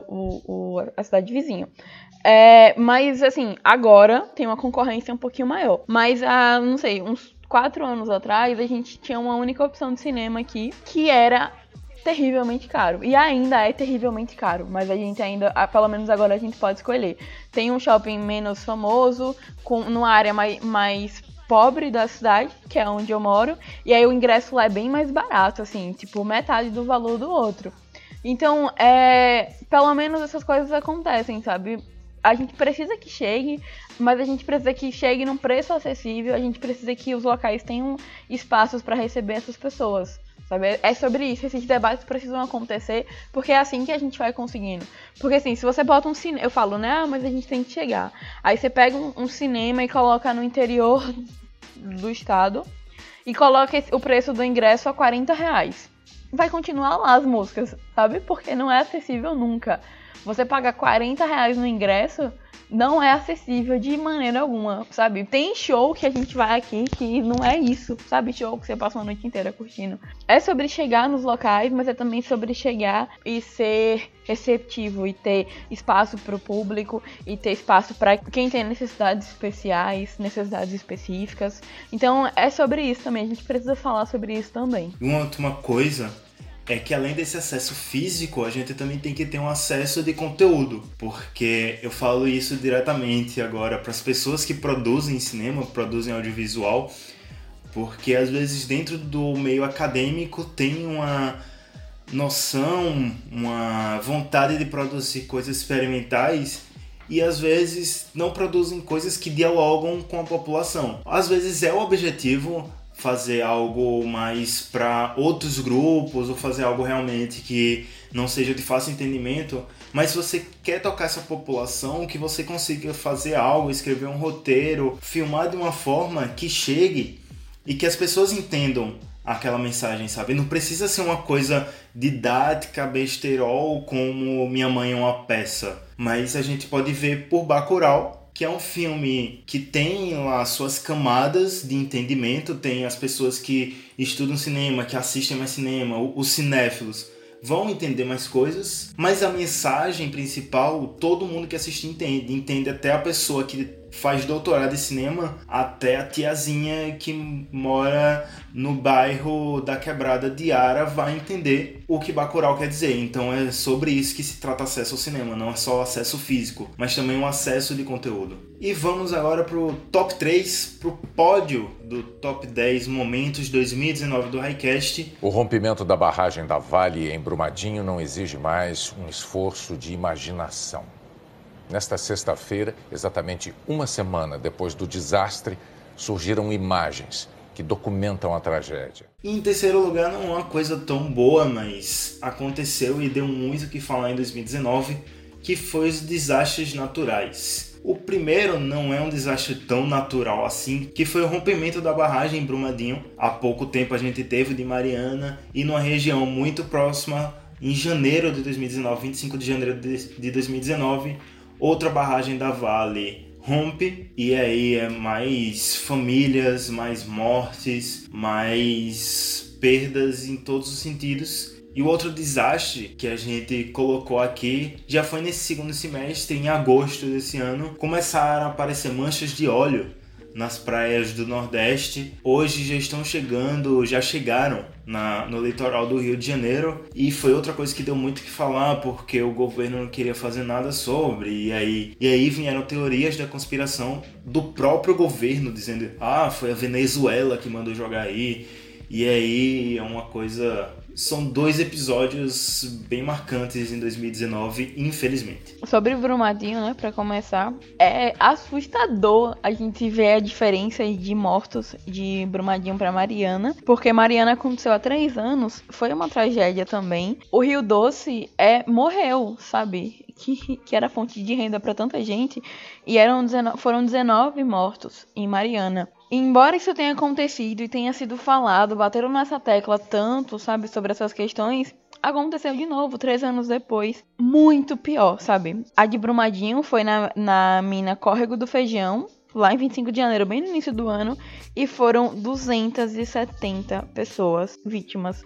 a cidade vizinha. Mas, assim, agora tem uma concorrência um pouquinho maior. Mas, não sei, uns 4 anos atrás, a gente tinha uma única opção de cinema aqui, que era terrivelmente caro. E ainda é terrivelmente caro, mas a gente ainda, pelo menos agora, a gente pode escolher. Tem um shopping menos famoso, numa área mais pobre da cidade, que é onde eu moro, e aí o ingresso lá é bem mais barato, assim, tipo, metade do valor do outro. Então, pelo menos essas coisas acontecem, sabe? A gente precisa que chegue, mas a gente precisa que chegue num preço acessível, a gente precisa que os locais tenham espaços para receber essas pessoas, sabe? É sobre isso, esses debates precisam acontecer, porque é assim que a gente vai conseguindo. Porque assim, se você bota um cinema, eu falo, né, mas a gente tem que chegar. Aí você pega um cinema e coloca no interior do estado e coloca o preço do ingresso a R$40. Vai continuar lá as músicas, sabe? Porque não é acessível nunca. Você pagar R$40 no ingresso não é acessível de maneira alguma, sabe? Tem show que a gente vai aqui que não é isso, sabe? Show que você passa uma noite inteira curtindo. É sobre chegar nos locais, mas é também sobre chegar e ser receptivo e ter espaço para o público e ter espaço para quem tem necessidades especiais, necessidades específicas. Então é sobre isso também, a gente precisa falar sobre isso também. Uma última coisa é que além desse acesso físico, a gente também tem que ter um acesso de conteúdo, porque eu falo isso diretamente agora para as pessoas que produzem cinema, produzem audiovisual, porque às vezes dentro do meio acadêmico tem uma noção, uma vontade de produzir coisas experimentais e às vezes não produzem coisas que dialogam com a população. Às vezes é o objetivo fazer algo mais para outros grupos ou fazer algo realmente que não seja de fácil entendimento, mas se você quer tocar essa população, que você consiga fazer algo, escrever um roteiro, filmar de uma forma que chegue e que as pessoas entendam aquela mensagem, sabe? Não precisa ser uma coisa didática, besterol, como Minha Mãe é uma Peça. Mas a gente pode ver por Bacurau, que é um filme que tem lá suas camadas de entendimento, tem as pessoas que estudam cinema, que assistem mais cinema, os cinéfilos vão entender mais coisas, mas a mensagem principal, todo mundo que assiste entende até a pessoa que faz doutorado em cinema, até a tiazinha que mora no bairro da Quebrada de Ara vai entender o que Bacurau quer dizer. Então é sobre isso que se trata acesso ao cinema, não é só acesso físico, mas também um acesso de conteúdo. E vamos agora pro top 3, pro pódio do top 10 momentos 2019 do Highcast. O rompimento da barragem da Vale em Brumadinho não exige mais um esforço de imaginação. Nesta sexta-feira, exatamente uma semana depois do desastre, surgiram imagens que documentam a tragédia. E em terceiro lugar, não é uma coisa tão boa, mas aconteceu e deu muito o que falar em 2019, que foi os desastres naturais. O primeiro não é um desastre tão natural assim, que foi o rompimento da barragem em Brumadinho. Há pouco tempo a gente teve de Mariana e numa região muito próxima, em janeiro de 2019, 25 de janeiro de 2019, outra barragem da Vale rompe e aí é mais famílias, mais mortes, mais perdas em todos os sentidos. E o outro desastre que a gente colocou aqui já foi nesse segundo semestre, em agosto desse ano. Começaram a aparecer manchas de óleo nas praias do Nordeste. Hoje já chegaram no litoral do Rio de Janeiro. E foi outra coisa que deu muito o que falar, porque o governo não queria fazer nada sobre. E aí vieram teorias da conspiração do próprio governo, dizendo foi a Venezuela que mandou jogar aí. E aí é uma coisa... São 2 episódios bem marcantes em 2019, infelizmente. Sobre Brumadinho, né, pra começar, é assustador a gente ver a diferença de mortos de Brumadinho pra Mariana, porque Mariana aconteceu há 3 anos, foi uma tragédia também. O Rio Doce morreu, sabe? Que era fonte de renda pra tanta gente, e foram 19 mortos em Mariana. Embora isso tenha acontecido e tenha sido falado, bateram nessa tecla tanto, sabe, sobre essas questões, aconteceu de novo, 3 anos depois. Muito pior, sabe? A de Brumadinho foi na mina Córrego do Feijão, lá em 25 de janeiro, bem no início do ano, e foram 270 pessoas vítimas.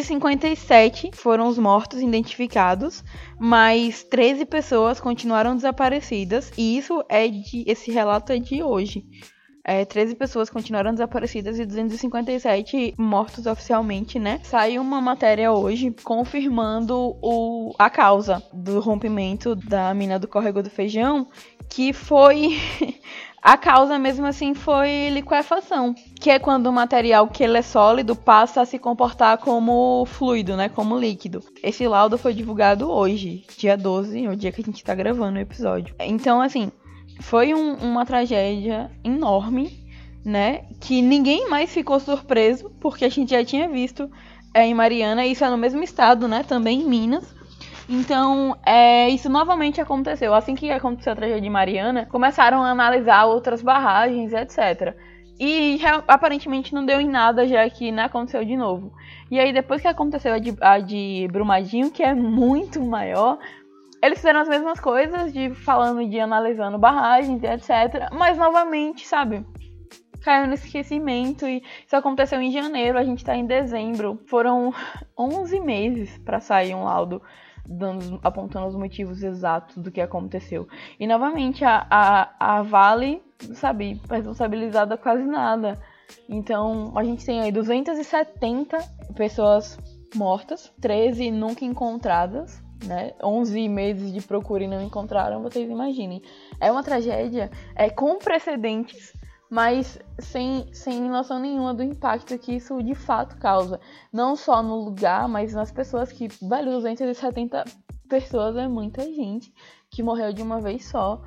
257 foram os mortos identificados, mas 13 pessoas continuaram desaparecidas, e esse relato é de hoje. 13 pessoas continuaram desaparecidas e 257 mortos oficialmente, né? Saiu uma matéria hoje confirmando a causa do rompimento da mina do Córrego do Feijão, que foi... A causa mesmo assim foi liquefação, que é quando o material que ele é sólido passa a se comportar como fluido, né? Como líquido. Esse laudo foi divulgado hoje, dia 12, o dia que a gente tá gravando o episódio. Então, assim... Foi uma tragédia enorme, né? Que ninguém mais ficou surpreso, porque a gente já tinha visto em Mariana, isso é no mesmo estado, né? Também em Minas. Então, isso novamente aconteceu. Assim que aconteceu a tragédia de Mariana, começaram a analisar outras barragens, etc. E aparentemente não deu em nada, já que não aconteceu de novo. E aí, depois que aconteceu a de Brumadinho, que é muito maior... Eles fizeram as mesmas coisas, analisando barragens e etc. Mas novamente, sabe, caiu no esquecimento e isso aconteceu em janeiro, a gente tá em dezembro. Foram 11 meses pra sair um laudo apontando os motivos exatos do que aconteceu. E novamente a Vale, sabe, responsabilizada quase nada. Então a gente tem aí 270 pessoas mortas, 13 nunca encontradas, né? 11 meses de procura e não encontraram, vocês imaginem. É uma tragédia com precedentes, mas sem noção nenhuma do impacto que isso de fato causa. Não só no lugar, mas nas pessoas que... 270 pessoas é muita gente que morreu de uma vez só.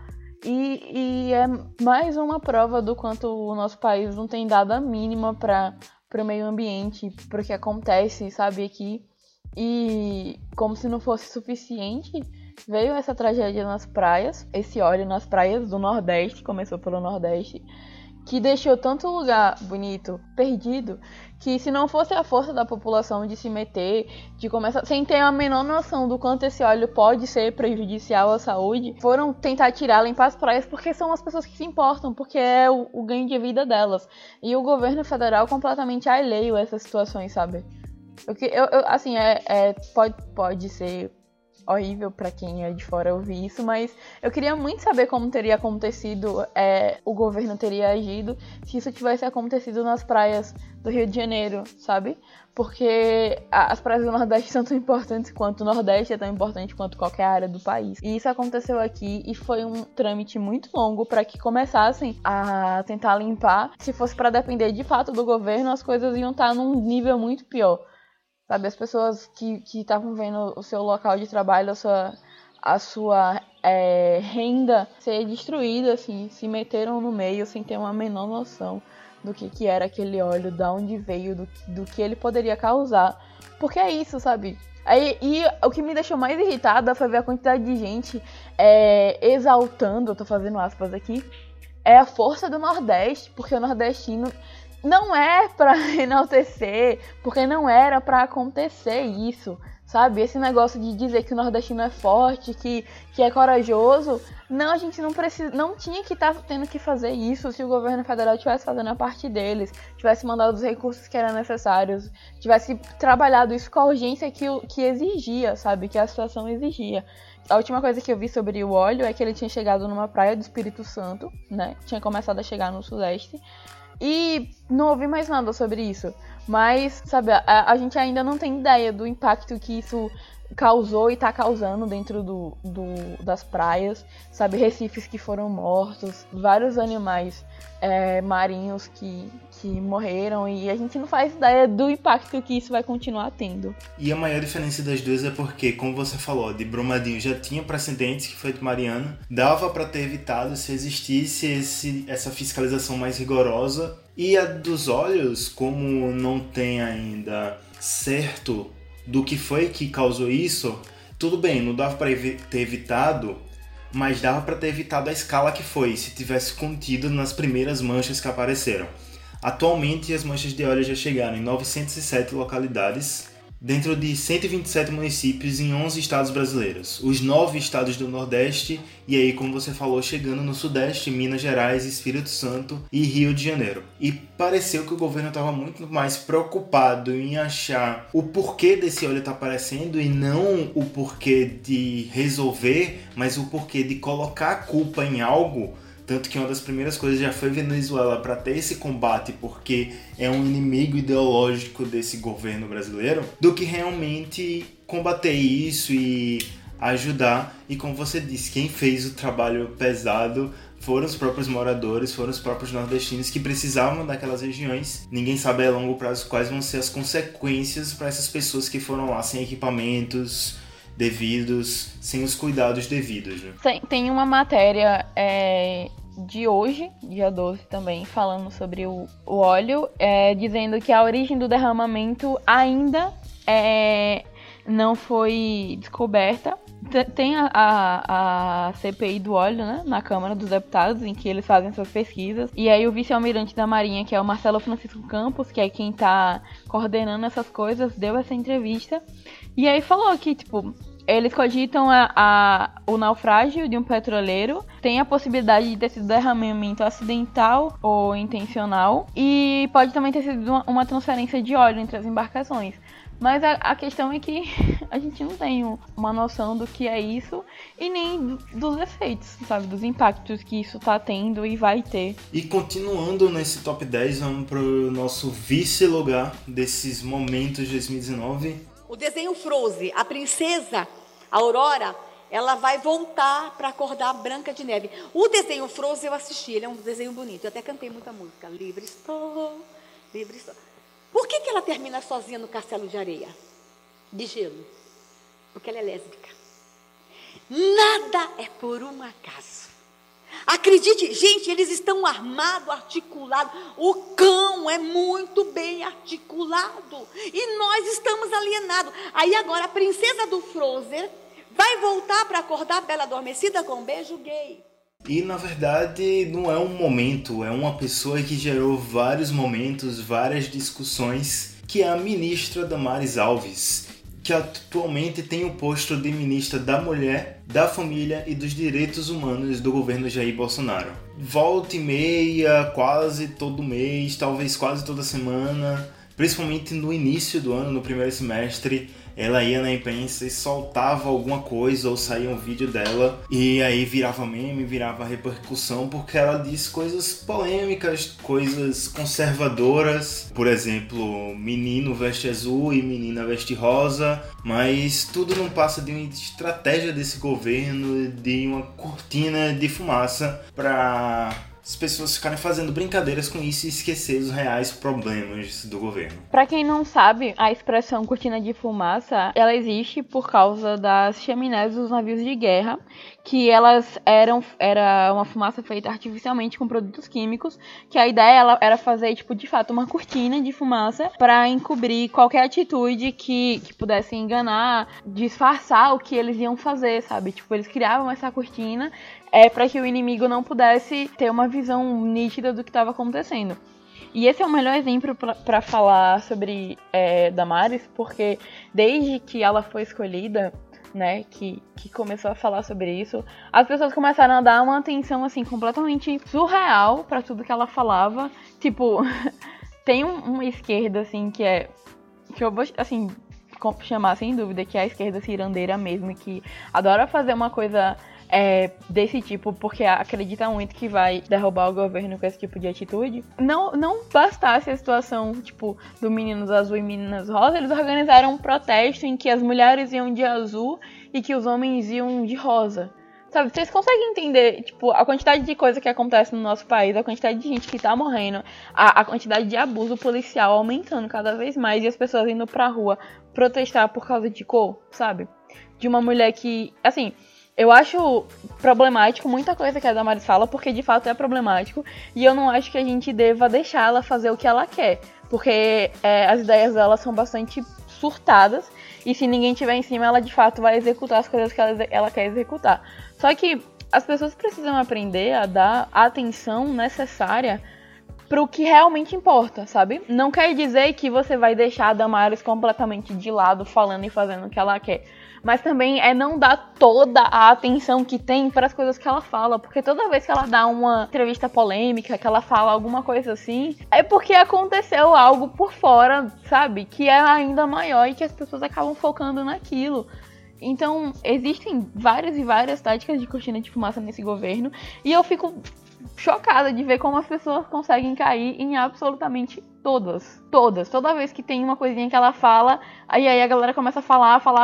E é mais uma prova do quanto o nosso país não tem dado a mínima para o meio ambiente, para o que acontece, sabe, aqui. E como se não fosse suficiente, veio essa tragédia nas praias, esse óleo nas praias do Nordeste, começou pelo Nordeste, que deixou tanto lugar bonito perdido, que se não fosse a força da população de se meter, de começar, sem ter a menor noção do quanto esse óleo pode ser prejudicial à saúde, foram tentar tirar, limpar as praias, porque são as pessoas que se importam, porque é o ganho de vida delas. E o governo federal completamente alheio a essas situações, sabe? Assim, pode ser horrível pra quem é de fora ouvir isso, mas eu queria muito saber como teria acontecido, o governo teria agido se isso tivesse acontecido nas praias do Rio de Janeiro, sabe? Porque as praias do Nordeste são tão importantes quanto o Nordeste é tão importante quanto qualquer área do país. E isso aconteceu aqui e foi um trâmite muito longo para que começassem a tentar limpar. Se fosse para depender de fato do governo, as coisas iam estar num nível muito pior. Sabe, as pessoas que estavam vendo o seu local de trabalho, a sua renda ser destruída, assim, se meteram no meio sem ter uma menor noção do que era aquele óleo, de onde veio, do que ele poderia causar. Porque é isso, sabe? E o que me deixou mais irritada foi ver a quantidade de gente exaltando, eu tô fazendo aspas aqui, a força do Nordeste, porque o nordestino não é pra enaltecer, porque não era pra acontecer isso, sabe? Esse negócio de dizer que o nordestino é forte, que é corajoso. Não, a gente não tinha que estar tendo que fazer isso se o governo federal estivesse fazendo a parte deles, tivesse mandado os recursos que eram necessários, tivesse trabalhado isso com a urgência que exigia, sabe? Que a situação exigia. A última coisa que eu vi sobre o óleo é que ele tinha chegado numa praia do Espírito Santo, né? Tinha começado a chegar no Sudeste. E não ouvi mais nada sobre isso. Mas, sabe, a gente ainda não tem ideia do impacto que isso causou e tá causando dentro das praias. Sabe, recifes que foram mortos, vários animais marinhos que morreram. E a gente não faz ideia do impacto que isso vai continuar tendo. E a maior diferença das duas é porque, como você falou, de Brumadinho já tinha precedentes, que foi de Mariana. Dava para ter evitado se existisse essa fiscalização mais rigorosa. E a dos óleos, como não tem ainda certo do que foi que causou isso, tudo bem, não dava para ter evitado, mas dava para ter evitado a escala que foi, se tivesse contido nas primeiras manchas que apareceram. Atualmente, as manchas de óleo já chegaram em 907 localidades, dentro de 127 municípios em 11 estados brasileiros. Os 9 estados do Nordeste e aí, como você falou, chegando no Sudeste, Minas Gerais, Espírito Santo e Rio de Janeiro. E pareceu que o governo estava muito mais preocupado em achar o porquê desse óleo estar aparecendo e não o porquê de resolver, mas o porquê de colocar a culpa em algo. Tanto que uma das primeiras coisas já foi Venezuela para ter esse combate, porque é um inimigo ideológico desse governo brasileiro, do que realmente combater isso e ajudar. E como você disse, quem fez o trabalho pesado foram os próprios moradores, foram os próprios nordestinos que precisavam daquelas regiões. Ninguém sabe a longo prazo quais vão ser as consequências para essas pessoas que foram lá sem equipamentos devidos, sem os cuidados devidos, né? Tem uma matéria de hoje, dia 12 também, falando sobre o óleo, dizendo que a origem do derramamento ainda não foi descoberta. Tem a CPI do óleo, né, na Câmara dos Deputados, em que eles fazem essas pesquisas. E aí o vice-almirante da Marinha, que é o Marcelo Francisco Campos, que é quem tá coordenando essas coisas, deu essa entrevista. E aí falou que, tipo, eles cogitam o naufrágio de um petroleiro, tem a possibilidade de ter sido derramamento acidental ou intencional, e pode também ter sido uma transferência de óleo entre as embarcações. Mas a questão é que a gente não tem uma noção do que é isso e nem dos efeitos, sabe? Dos impactos que isso tá tendo e vai ter. E continuando nesse top 10, vamos pro nosso vice-lugar desses momentos de 2019. O desenho Frozen, a princesa Aurora, ela vai voltar para acordar a Branca de Neve. O desenho Frozen eu assisti, ele é um desenho bonito. Eu até cantei muita música. Livre estou, livre estou. Por que ela termina sozinha no castelo de areia? De gelo. Porque ela é lésbica. Nada é por um acaso. Acredite, gente, eles estão armados, articulados. O cão é muito bem articulado. E nós estamos alienados. Aí agora a princesa do Frozen vai voltar para acordar a Bela Adormecida com um beijo gay. E na verdade não é um momento, é uma pessoa que gerou vários momentos, várias discussões, que é a ministra Damares Alves, que atualmente tem o posto de ministra da Mulher, da Família e dos Direitos Humanos do governo Jair Bolsonaro. Volta e meia, quase todo mês, talvez quase toda semana, principalmente no início do ano, no primeiro semestre, ela ia na imprensa e soltava alguma coisa ou saía um vídeo dela e aí virava meme, virava repercussão, porque ela diz coisas polêmicas, coisas conservadoras, por exemplo, menino veste azul e menina veste rosa, mas tudo não passa de uma estratégia desse governo, de uma cortina de fumaça para as pessoas ficarem fazendo brincadeiras com isso e esquecer os reais problemas do governo. Pra quem não sabe, a expressão cortina de fumaça, ela existe por causa das chaminés dos navios de guerra, que elas era uma fumaça feita artificialmente com produtos químicos, que a ideia era fazer, tipo, de fato, uma cortina de fumaça para encobrir qualquer atitude que pudesse enganar, disfarçar o que eles iam fazer, sabe? Tipo, eles criavam essa cortina para que o inimigo não pudesse ter uma visão nítida do que estava acontecendo. E esse é o melhor exemplo para falar sobre Damares, porque desde que ela foi escolhida, né, que começou a falar sobre isso, as pessoas começaram a dar uma atenção, assim, completamente surreal para tudo que ela falava. Tipo, tem uma esquerda, assim, que eu vou, assim, chamar sem dúvida, que é a esquerda cirandeira mesmo, que adora fazer uma coisa desse tipo, porque acredita muito que vai derrubar o governo com esse tipo de atitude. Não bastasse a situação, tipo, do Meninos Azul e Meninas Rosa, eles organizaram um protesto em que as mulheres iam de azul e que os homens iam de rosa. Sabe, vocês conseguem entender, tipo, a quantidade de coisa que acontece no nosso país, a quantidade de gente que tá morrendo, a quantidade de abuso policial aumentando cada vez mais e as pessoas indo pra rua protestar por causa de cor, sabe? De uma mulher que, assim, eu acho problemático muita coisa que a Damares fala, porque de fato é problemático, e eu não acho que a gente deva deixar ela fazer o que ela quer, porque as ideias dela são bastante surtadas, e se ninguém estiver em cima, ela de fato vai executar as coisas que ela quer executar. Só que as pessoas precisam aprender a dar a atenção necessária pro que realmente importa, sabe? Não quer dizer que você vai deixar a Damares completamente de lado, falando e fazendo o que ela quer. Mas também não dar toda a atenção que tem para as coisas que ela fala. Porque toda vez que ela dá uma entrevista polêmica, que ela fala alguma coisa assim, é porque aconteceu algo por fora, sabe? Que é ainda maior e que as pessoas acabam focando naquilo. Então, existem várias e várias táticas de cortina de fumaça nesse governo. E eu fico chocada de ver como as pessoas conseguem cair em absolutamente todas. Toda vez que tem uma coisinha que ela fala, aí a galera começa a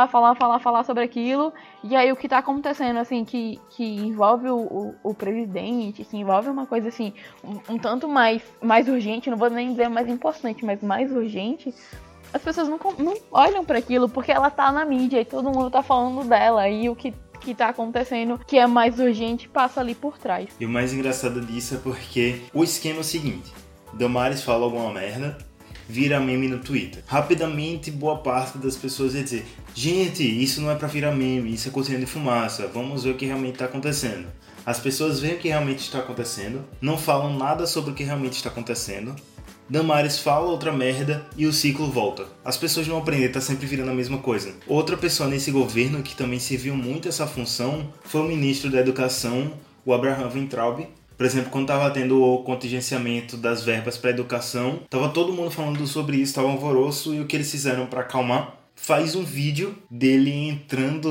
falar sobre aquilo. E aí o que tá acontecendo, assim, que envolve o presidente, que envolve uma coisa, assim, um tanto mais urgente, não vou nem dizer mais importante, mas mais urgente. As pessoas não olham para aquilo porque ela tá na mídia e todo mundo tá falando dela. E o que tá acontecendo, que é mais urgente, passa ali por trás. E o mais engraçado disso é porque o esquema é o seguinte: Damares fala alguma merda, vira meme no Twitter. Rapidamente, boa parte das pessoas vai dizer: gente, isso não é pra virar meme, isso é cortina de fumaça, vamos ver o que realmente tá acontecendo. As pessoas veem o que realmente está acontecendo, não falam nada sobre o que realmente está acontecendo. Damares fala outra merda e o ciclo volta. As pessoas não aprendem, tá sempre virando a mesma coisa. Outra pessoa nesse governo que também serviu muito essa função foi o ministro da Educação, o Abraham Weintraub. Por exemplo, quando estava tendo o contingenciamento das verbas para a educação, estava todo mundo falando sobre isso, estava um alvoroço, e o que eles fizeram para acalmar? Faz um vídeo dele entrando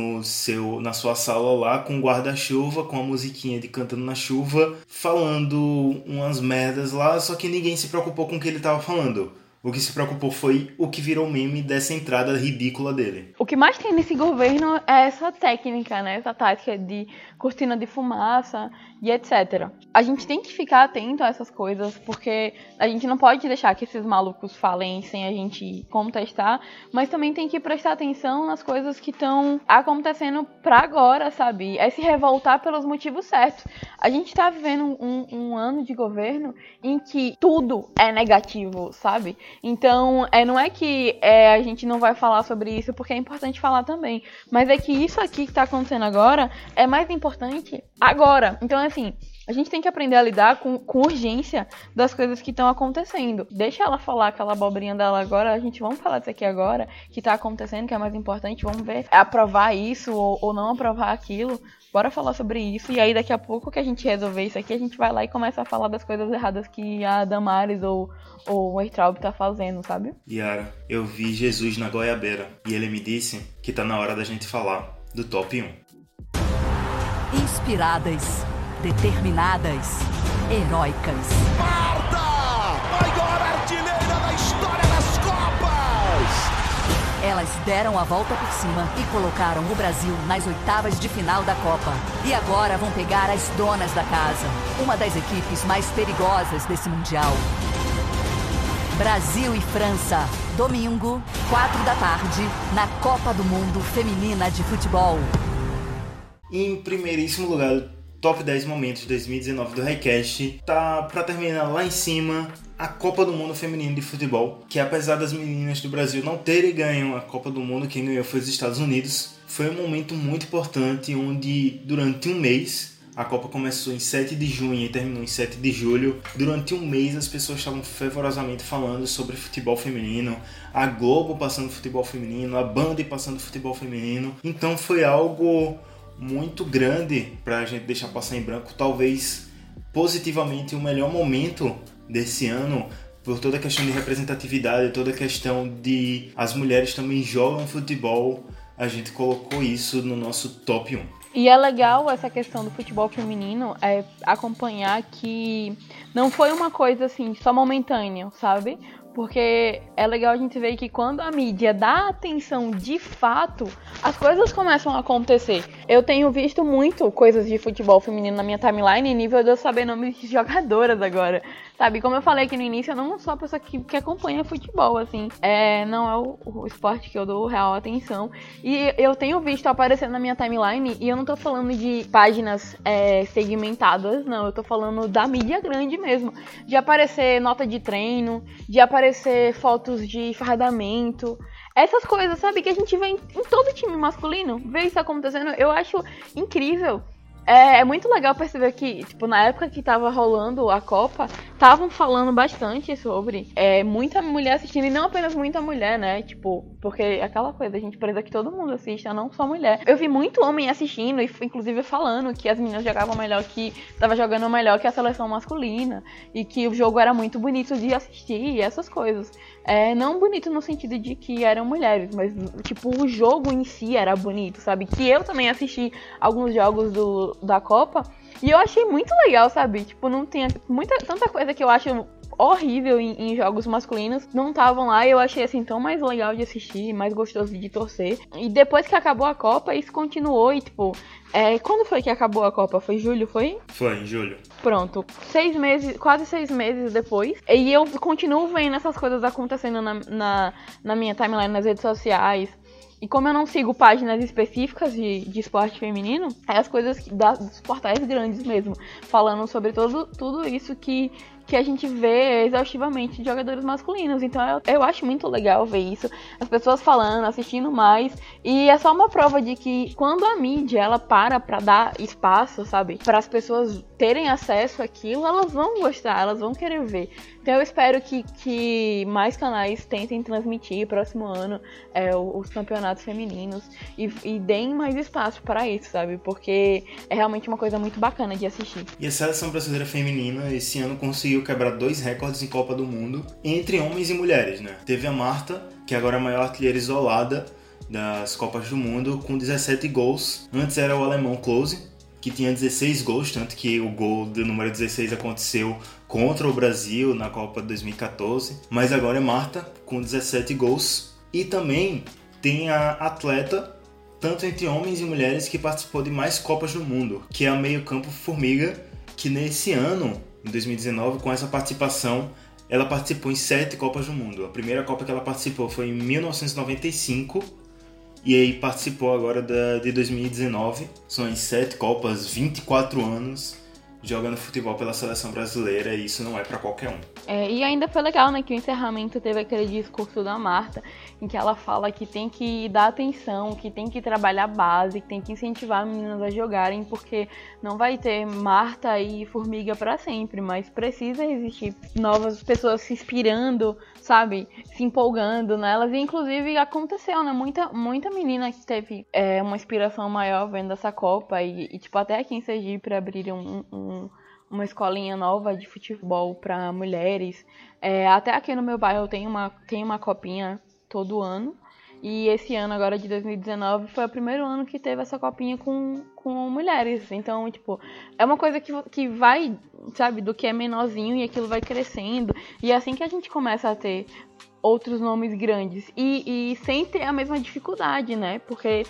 na sua sala lá com guarda-chuva, com a musiquinha de Cantando na Chuva, falando umas merdas lá, só que ninguém se preocupou com o que ele estava falando. O que se preocupou foi o que virou meme dessa entrada ridícula dele. O que mais tem nesse governo é essa técnica, né? Essa tática de cortina de fumaça e etc. A gente tem que ficar atento a essas coisas, porque a gente não pode deixar que esses malucos falem sem a gente contestar, mas também tem que prestar atenção nas coisas que estão acontecendo pra agora, sabe? É se revoltar pelos motivos certos. A gente tá vivendo um ano de governo em que tudo é negativo, sabe? Então, não é que a gente não vai falar sobre isso, porque é importante falar também. Mas é que isso aqui que tá acontecendo agora é mais importante agora. Então, assim, a gente tem que aprender a lidar com urgência das coisas que estão acontecendo. Deixa ela falar aquela abobrinha dela agora, a gente vamos falar disso aqui agora, que tá acontecendo, que é mais importante, vamos ver aprovar isso ou não aprovar aquilo. Bora falar sobre isso, e aí daqui a pouco que a gente resolver isso aqui, a gente vai lá e começa a falar das coisas erradas que a Damares ou o Weintraub tá fazendo, sabe? Yara, eu vi Jesus na goiabeira, e ele me disse que tá na hora da gente falar do top 1. Inspiradas, determinadas, heróicas. Marta! Maior artilheira da história das Copas! Elas deram a volta por cima e colocaram o Brasil nas oitavas de final da Copa. E agora vão pegar as donas da casa, uma das equipes mais perigosas desse Mundial. Brasil e França, domingo, 4 da tarde, na Copa do Mundo Feminina de Futebol. Em primeiríssimo lugar, top 10 momentos de 2019 do Highcast, tá pra terminar lá em cima a Copa do Mundo Feminino de Futebol, que apesar das meninas do Brasil não terem ganho a Copa do Mundo, quem ganhou foi os Estados Unidos. Foi um momento muito importante, onde durante um mês, a Copa começou em 7 de junho e terminou em 7 de julho. Durante um mês as pessoas estavam fervorosamente falando sobre futebol feminino, a Globo passando futebol feminino, a Band passando futebol feminino. Então foi algo muito grande pra gente deixar passar em branco, talvez positivamente o melhor momento desse ano, por toda a questão de representatividade, toda a questão de as mulheres também jogam futebol, a gente colocou isso no nosso top 1. E é legal essa questão do futebol feminino, acompanhar que não foi uma coisa assim, só momentânea, sabe? Porque é legal a gente ver que quando a mídia dá atenção de fato, as coisas começam a acontecer. Eu tenho visto muito coisas de futebol feminino na minha timeline, nível de eu saber nomes de jogadoras agora. Sabe, como eu falei aqui no início, eu não sou a pessoa que acompanha futebol, assim. Não é o esporte que eu dou real atenção. E eu tenho visto aparecendo na minha timeline, e eu não tô falando de páginas segmentadas, não. Eu tô falando da mídia grande mesmo. De aparecer nota de treino, de aparecer fotos de fardamento. Essas coisas, sabe, que a gente vê em todo time masculino. Ver isso acontecendo, eu acho incrível. É muito legal perceber que, tipo, na época que tava rolando a Copa, estavam falando bastante sobre muita mulher assistindo, e não apenas muita mulher, né? Tipo, porque aquela coisa, a gente precisa que todo mundo assista, não só mulher. Eu vi muito homem assistindo, e inclusive falando que as meninas jogavam melhor, que tava jogando melhor que a seleção masculina, e que o jogo era muito bonito de assistir, e essas coisas. Não bonito no sentido de que eram mulheres, mas, tipo, o jogo em si era bonito, sabe? Que eu também assisti alguns jogos da Copa, e eu achei muito legal, sabe? Tipo, não tinha tanta coisa que eu acho horrível em jogos masculinos, não estavam lá, e eu achei assim tão mais legal de assistir, mais gostoso de torcer. E depois que acabou a Copa, isso continuou, e tipo, quando foi que acabou a Copa? Foi julho, foi? Foi, em julho. Pronto, 6 meses, quase 6 meses depois, e eu continuo vendo essas coisas acontecendo na minha timeline, nas redes sociais. E como eu não sigo páginas específicas de esporte feminino, as coisas dos portais grandes mesmo, falando sobre tudo isso que a gente vê exaustivamente de jogadores masculinos. Então eu acho muito legal ver isso, as pessoas falando, assistindo mais, e é só uma prova de que quando a mídia ela para pra dar espaço, sabe, para as pessoas terem acesso àquilo, elas vão gostar, elas vão querer ver. Então eu espero que mais canais tentem transmitir próximo ano os campeonatos femininos e deem mais espaço para isso, sabe, porque é realmente uma coisa muito bacana de assistir. E a seleção brasileira feminina esse ano conseguiu quebrar 2 recordes em Copa do Mundo entre homens e mulheres, né? Teve a Marta, que agora é a maior artilheira isolada das Copas do Mundo, com 17 gols. Antes era o alemão Klose, que tinha 16 gols, tanto que o gol do número 16 aconteceu contra o Brasil na Copa de 2014. Mas agora é Marta, com 17 gols. E também tem a atleta, tanto entre homens e mulheres, que participou de mais Copas do Mundo, que é a meio-campo Formiga, que nesse ano, em 2019, com essa participação, ela participou em 7 Copas do Mundo. A primeira Copa que ela participou foi em 1995, e aí participou agora de 2019. São as 7 Copas, 24 anos, jogando futebol pela seleção brasileira, e isso não é pra qualquer um. E ainda foi legal, né, que o encerramento teve aquele discurso da Marta, em que ela fala que tem que dar atenção, que tem que trabalhar a base, que tem que incentivar meninas a jogarem, porque não vai ter Marta e Formiga pra sempre, mas precisa existir novas pessoas se inspirando, sabe, se empolgando nelas, e inclusive aconteceu, né, muita menina que teve uma inspiração maior vendo essa Copa, e tipo, até aqui em Sergipe abriram uma escolinha nova de futebol para mulheres. Até aqui no meu bairro tem uma copinha todo ano. E esse ano, agora de 2019, foi o primeiro ano que teve essa copinha com mulheres. Então, tipo, é uma coisa que vai, sabe, do que é menorzinho e aquilo vai crescendo. E é assim que a gente começa a ter outros nomes grandes. E sem ter a mesma dificuldade, né? Porque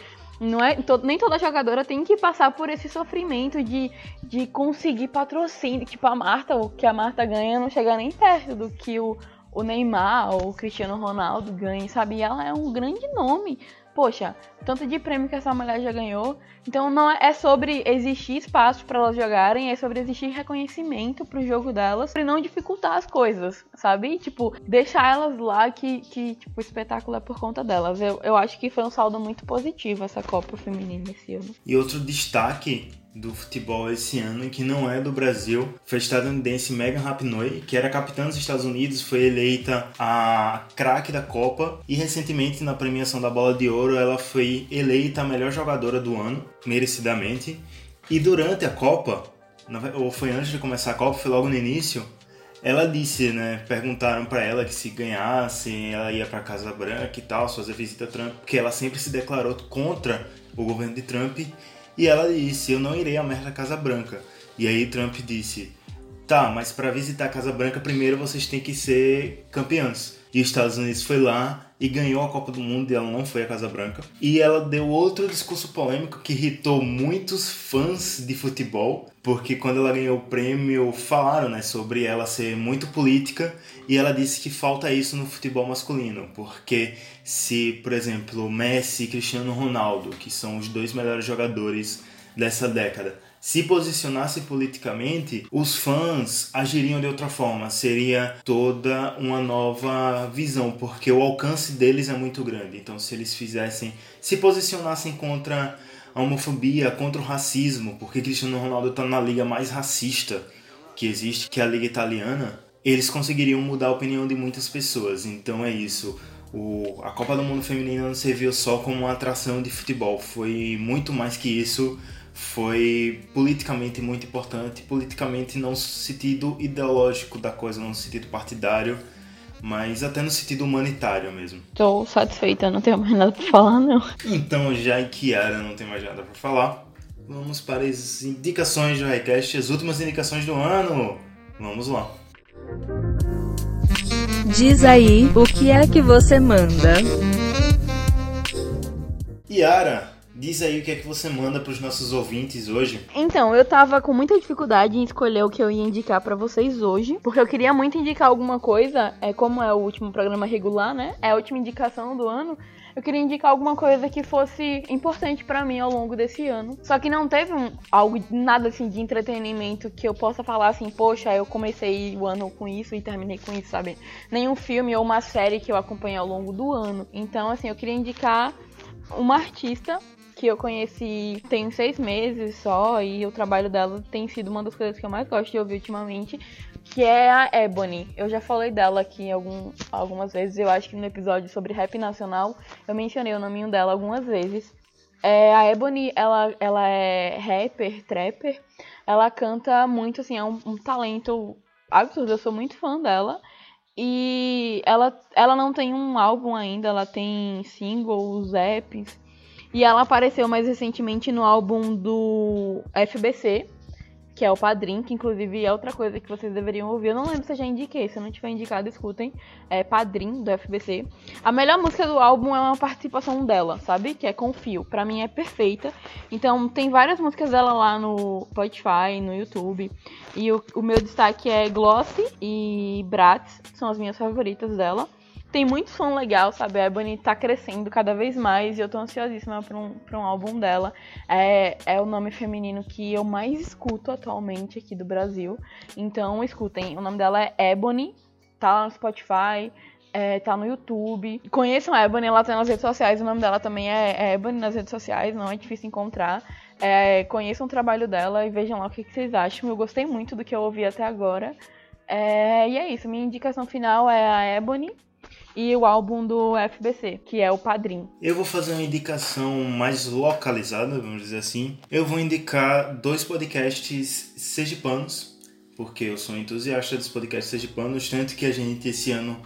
nem toda jogadora tem que passar por esse sofrimento de conseguir patrocínio. Tipo, o que a Marta ganha não chega nem perto do que o Neymar ou o Cristiano Ronaldo ganha, sabe? E ela é um grande nome. Poxa, tanto de prêmio que essa mulher já ganhou. Então não é sobre existir espaço para elas jogarem, é sobre existir reconhecimento pro jogo delas, pra não dificultar as coisas, sabe? Tipo, deixar elas lá que tipo, o espetáculo é por conta delas. Eu acho que foi um saldo muito positivo essa Copa Feminina esse ano. E outro destaque do futebol esse ano, que não é do Brasil, foi a estadunidense Megan Rapinoe, que era capitã dos Estados Unidos, foi eleita a craque da Copa, e recentemente na premiação da Bola de Ouro ela foi eleita a melhor jogadora do ano, merecidamente. E durante a Copa, ou foi antes de começar a Copa, foi logo no início, ela disse, né, perguntaram pra ela que se ganhasse ela ia pra Casa Branca e tal, fazer visita a Trump, porque ela sempre se declarou contra o governo de Trump. E ela disse, eu não irei à merda da Casa Branca. E aí Trump disse, tá, mas para visitar a Casa Branca, primeiro vocês têm que ser campeãs. E os Estados Unidos foi lá e ganhou a Copa do Mundo, e ela não foi à Casa Branca. E ela deu outro discurso polêmico que irritou muitos fãs de futebol, porque quando ela ganhou o prêmio, falaram, né, sobre ela ser muito política, e ela disse que falta isso no futebol masculino, porque se, por exemplo, Messi e Cristiano Ronaldo, que são os dois melhores jogadores dessa década, se posicionasse politicamente, os fãs agiriam de outra forma. Seria toda uma nova visão, porque o alcance deles é muito grande. Então, se eles se posicionassem contra a homofobia, contra o racismo, porque Cristiano Ronaldo está na liga mais racista que existe, que é a liga italiana, eles conseguiriam mudar a opinião de muitas pessoas. Então é isso. A Copa do Mundo Feminina não serviu só como uma atração de futebol. Foi muito mais que isso. Foi politicamente muito importante, politicamente não no sentido ideológico da coisa, não no sentido partidário, mas até no sentido humanitário mesmo. Tô satisfeita, não tenho mais nada pra falar, não. Então, já que Yara não tem mais nada pra falar, vamos para as indicações do Highcast, as últimas indicações do ano. Vamos lá. Diz aí, o que é que você manda? Yara, diz aí o que é que você manda para os nossos ouvintes hoje. Então, eu tava com muita dificuldade em escolher o que eu ia indicar pra vocês hoje, porque eu queria muito indicar alguma coisa, como é o último programa regular, né? É a última indicação do ano. Eu queria indicar alguma coisa que fosse importante pra mim ao longo desse ano. Só que não teve nada assim de entretenimento que eu possa falar assim, poxa, eu comecei o ano com isso e terminei com isso, sabe? Nenhum filme ou uma série que eu acompanhei ao longo do ano. Então, assim, eu queria indicar uma artista que eu conheci tem 6 meses só, e o trabalho dela tem sido uma das coisas que eu mais gosto de ouvir ultimamente, que é a Ebony. Eu já falei dela aqui algumas vezes, eu acho que no episódio sobre rap nacional eu mencionei o nominho dela algumas vezes. A Ebony, ela é rapper, trapper, ela canta muito, assim, é um talento absurdo, eu sou muito fã dela. E ela não tem um álbum ainda, ela tem singles, apps. E ela apareceu mais recentemente no álbum do FBC, que é o Padrim, que inclusive é outra coisa que vocês deveriam ouvir. Eu não lembro se eu já indiquei, se eu não tiver indicado, escutem. É Padrim, do FBC. A melhor música do álbum é uma participação dela, sabe? Que é Confio. Pra mim é perfeita. Então tem várias músicas dela lá no Spotify, no YouTube. E o meu destaque é Glossy e Bratz, são as minhas favoritas dela. tem muito som legal, sabe? A Ebony tá crescendo cada vez mais e eu tô ansiosíssima pra um álbum dela. É o nome feminino que eu mais escuto atualmente aqui do Brasil. Então escutem, o nome dela é Ebony, tá lá no Spotify, tá no YouTube. Conheçam a Ebony, ela tá nas redes sociais, o nome dela também é Ebony nas redes sociais, não é difícil encontrar. Conheçam o trabalho dela e vejam lá o que vocês acham. Eu gostei muito do que eu ouvi até agora. E é isso, minha indicação final é a Ebony e o álbum do FBC, que é o Padrim. Eu vou fazer uma indicação mais localizada, vamos dizer assim. Eu vou indicar 2 podcasts sergipanos, porque eu sou entusiasta dos podcasts sergipanos, tanto que a gente esse ano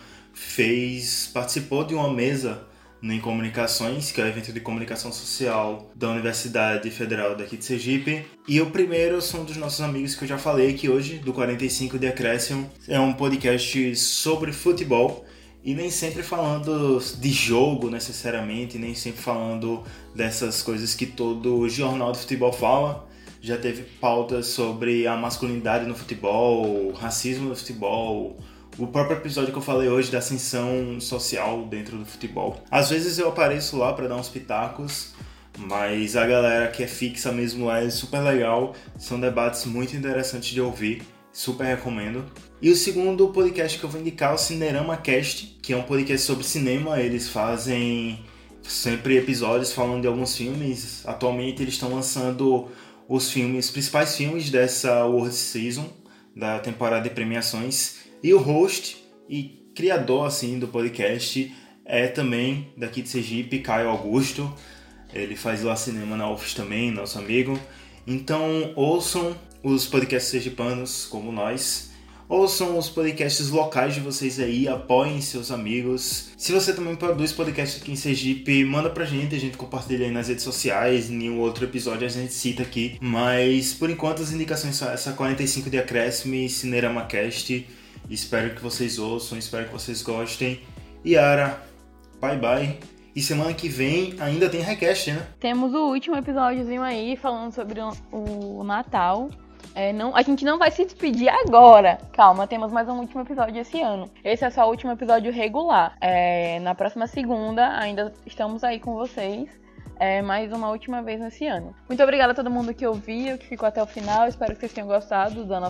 participou de uma mesa no Em Comunicações, que é o evento de comunicação social da Universidade Federal daqui de Sergipe. E o primeiro são dos nossos amigos que eu já falei aqui hoje, do 45 de Acréscimo. É um podcast sobre futebol e nem sempre falando de jogo necessariamente, nem sempre falando dessas coisas que todo jornal de futebol fala. Já teve pautas sobre a masculinidade no futebol, racismo no futebol, o próprio episódio que eu falei hoje da ascensão social dentro do futebol. Às vezes eu apareço lá para dar uns pitacos, mas a galera que é fixa mesmo é super legal. São debates muito interessantes de ouvir, super recomendo. E o segundo podcast que eu vou indicar é o Cinerama Cast, que é um podcast sobre cinema. Eles fazem sempre episódios falando de alguns filmes. Atualmente eles estão lançando os principais filmes dessa World Season, da temporada de premiações. E o host e criador assim, do podcast é também daqui de Sergipe, Caio Augusto. Ele faz lá cinema na UFES também, nosso amigo. Então ouçam os podcasts sergipanos como nós. Ouçam os podcasts locais de vocês aí, apoiem seus amigos. Se você também produz podcast aqui em Sergipe, manda pra gente, a gente compartilha aí nas redes sociais. Em nenhum outro episódio a gente cita aqui. Mas por enquanto as indicações são essa 45 de Acréscimo e Cinerama Cast. Espero que vocês ouçam, espero que vocês gostem. Yara, bye bye. E semana que vem ainda tem Recast, né? Temos o último episódiozinho aí falando sobre o Natal. A gente não vai se despedir agora. Calma, temos mais um último episódio esse ano. Esse é só o último episódio regular. Na próxima segunda ainda estamos aí com vocês. Mais uma última vez nesse ano. Muito obrigada a todo mundo que ouviu, que ficou até o final. Espero que vocês tenham gostado da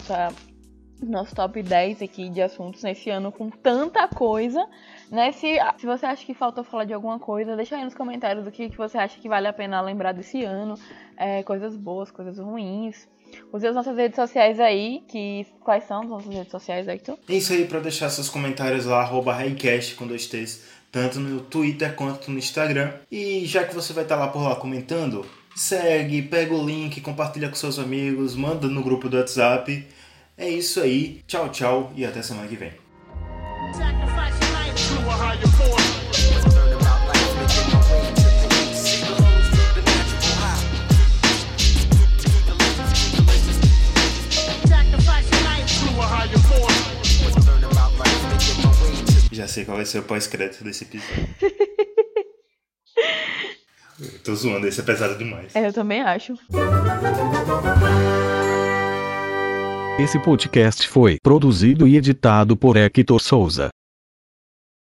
nosso top 10 aqui de assuntos nesse ano com tanta coisa, né? Se você acha que faltou falar de alguma coisa, deixa aí nos comentários o que você acha que vale a pena lembrar desse ano, coisas boas, coisas ruins. Use as nossas redes sociais aí, quais são as nossas redes sociais, Hector? É isso aí, para deixar seus comentários lá, @Highcast com 2 T's, tanto no Twitter quanto no Instagram. E já que você vai estar lá por lá comentando, segue, pega o link, compartilha com seus amigos, manda no grupo do WhatsApp. É isso aí, tchau, tchau e até semana que vem. Já sei qual vai ser o pós-crédito desse episódio. Eu tô zoando, esse é pesado demais. Eu também acho. Esse podcast foi produzido e editado por Hector Souza.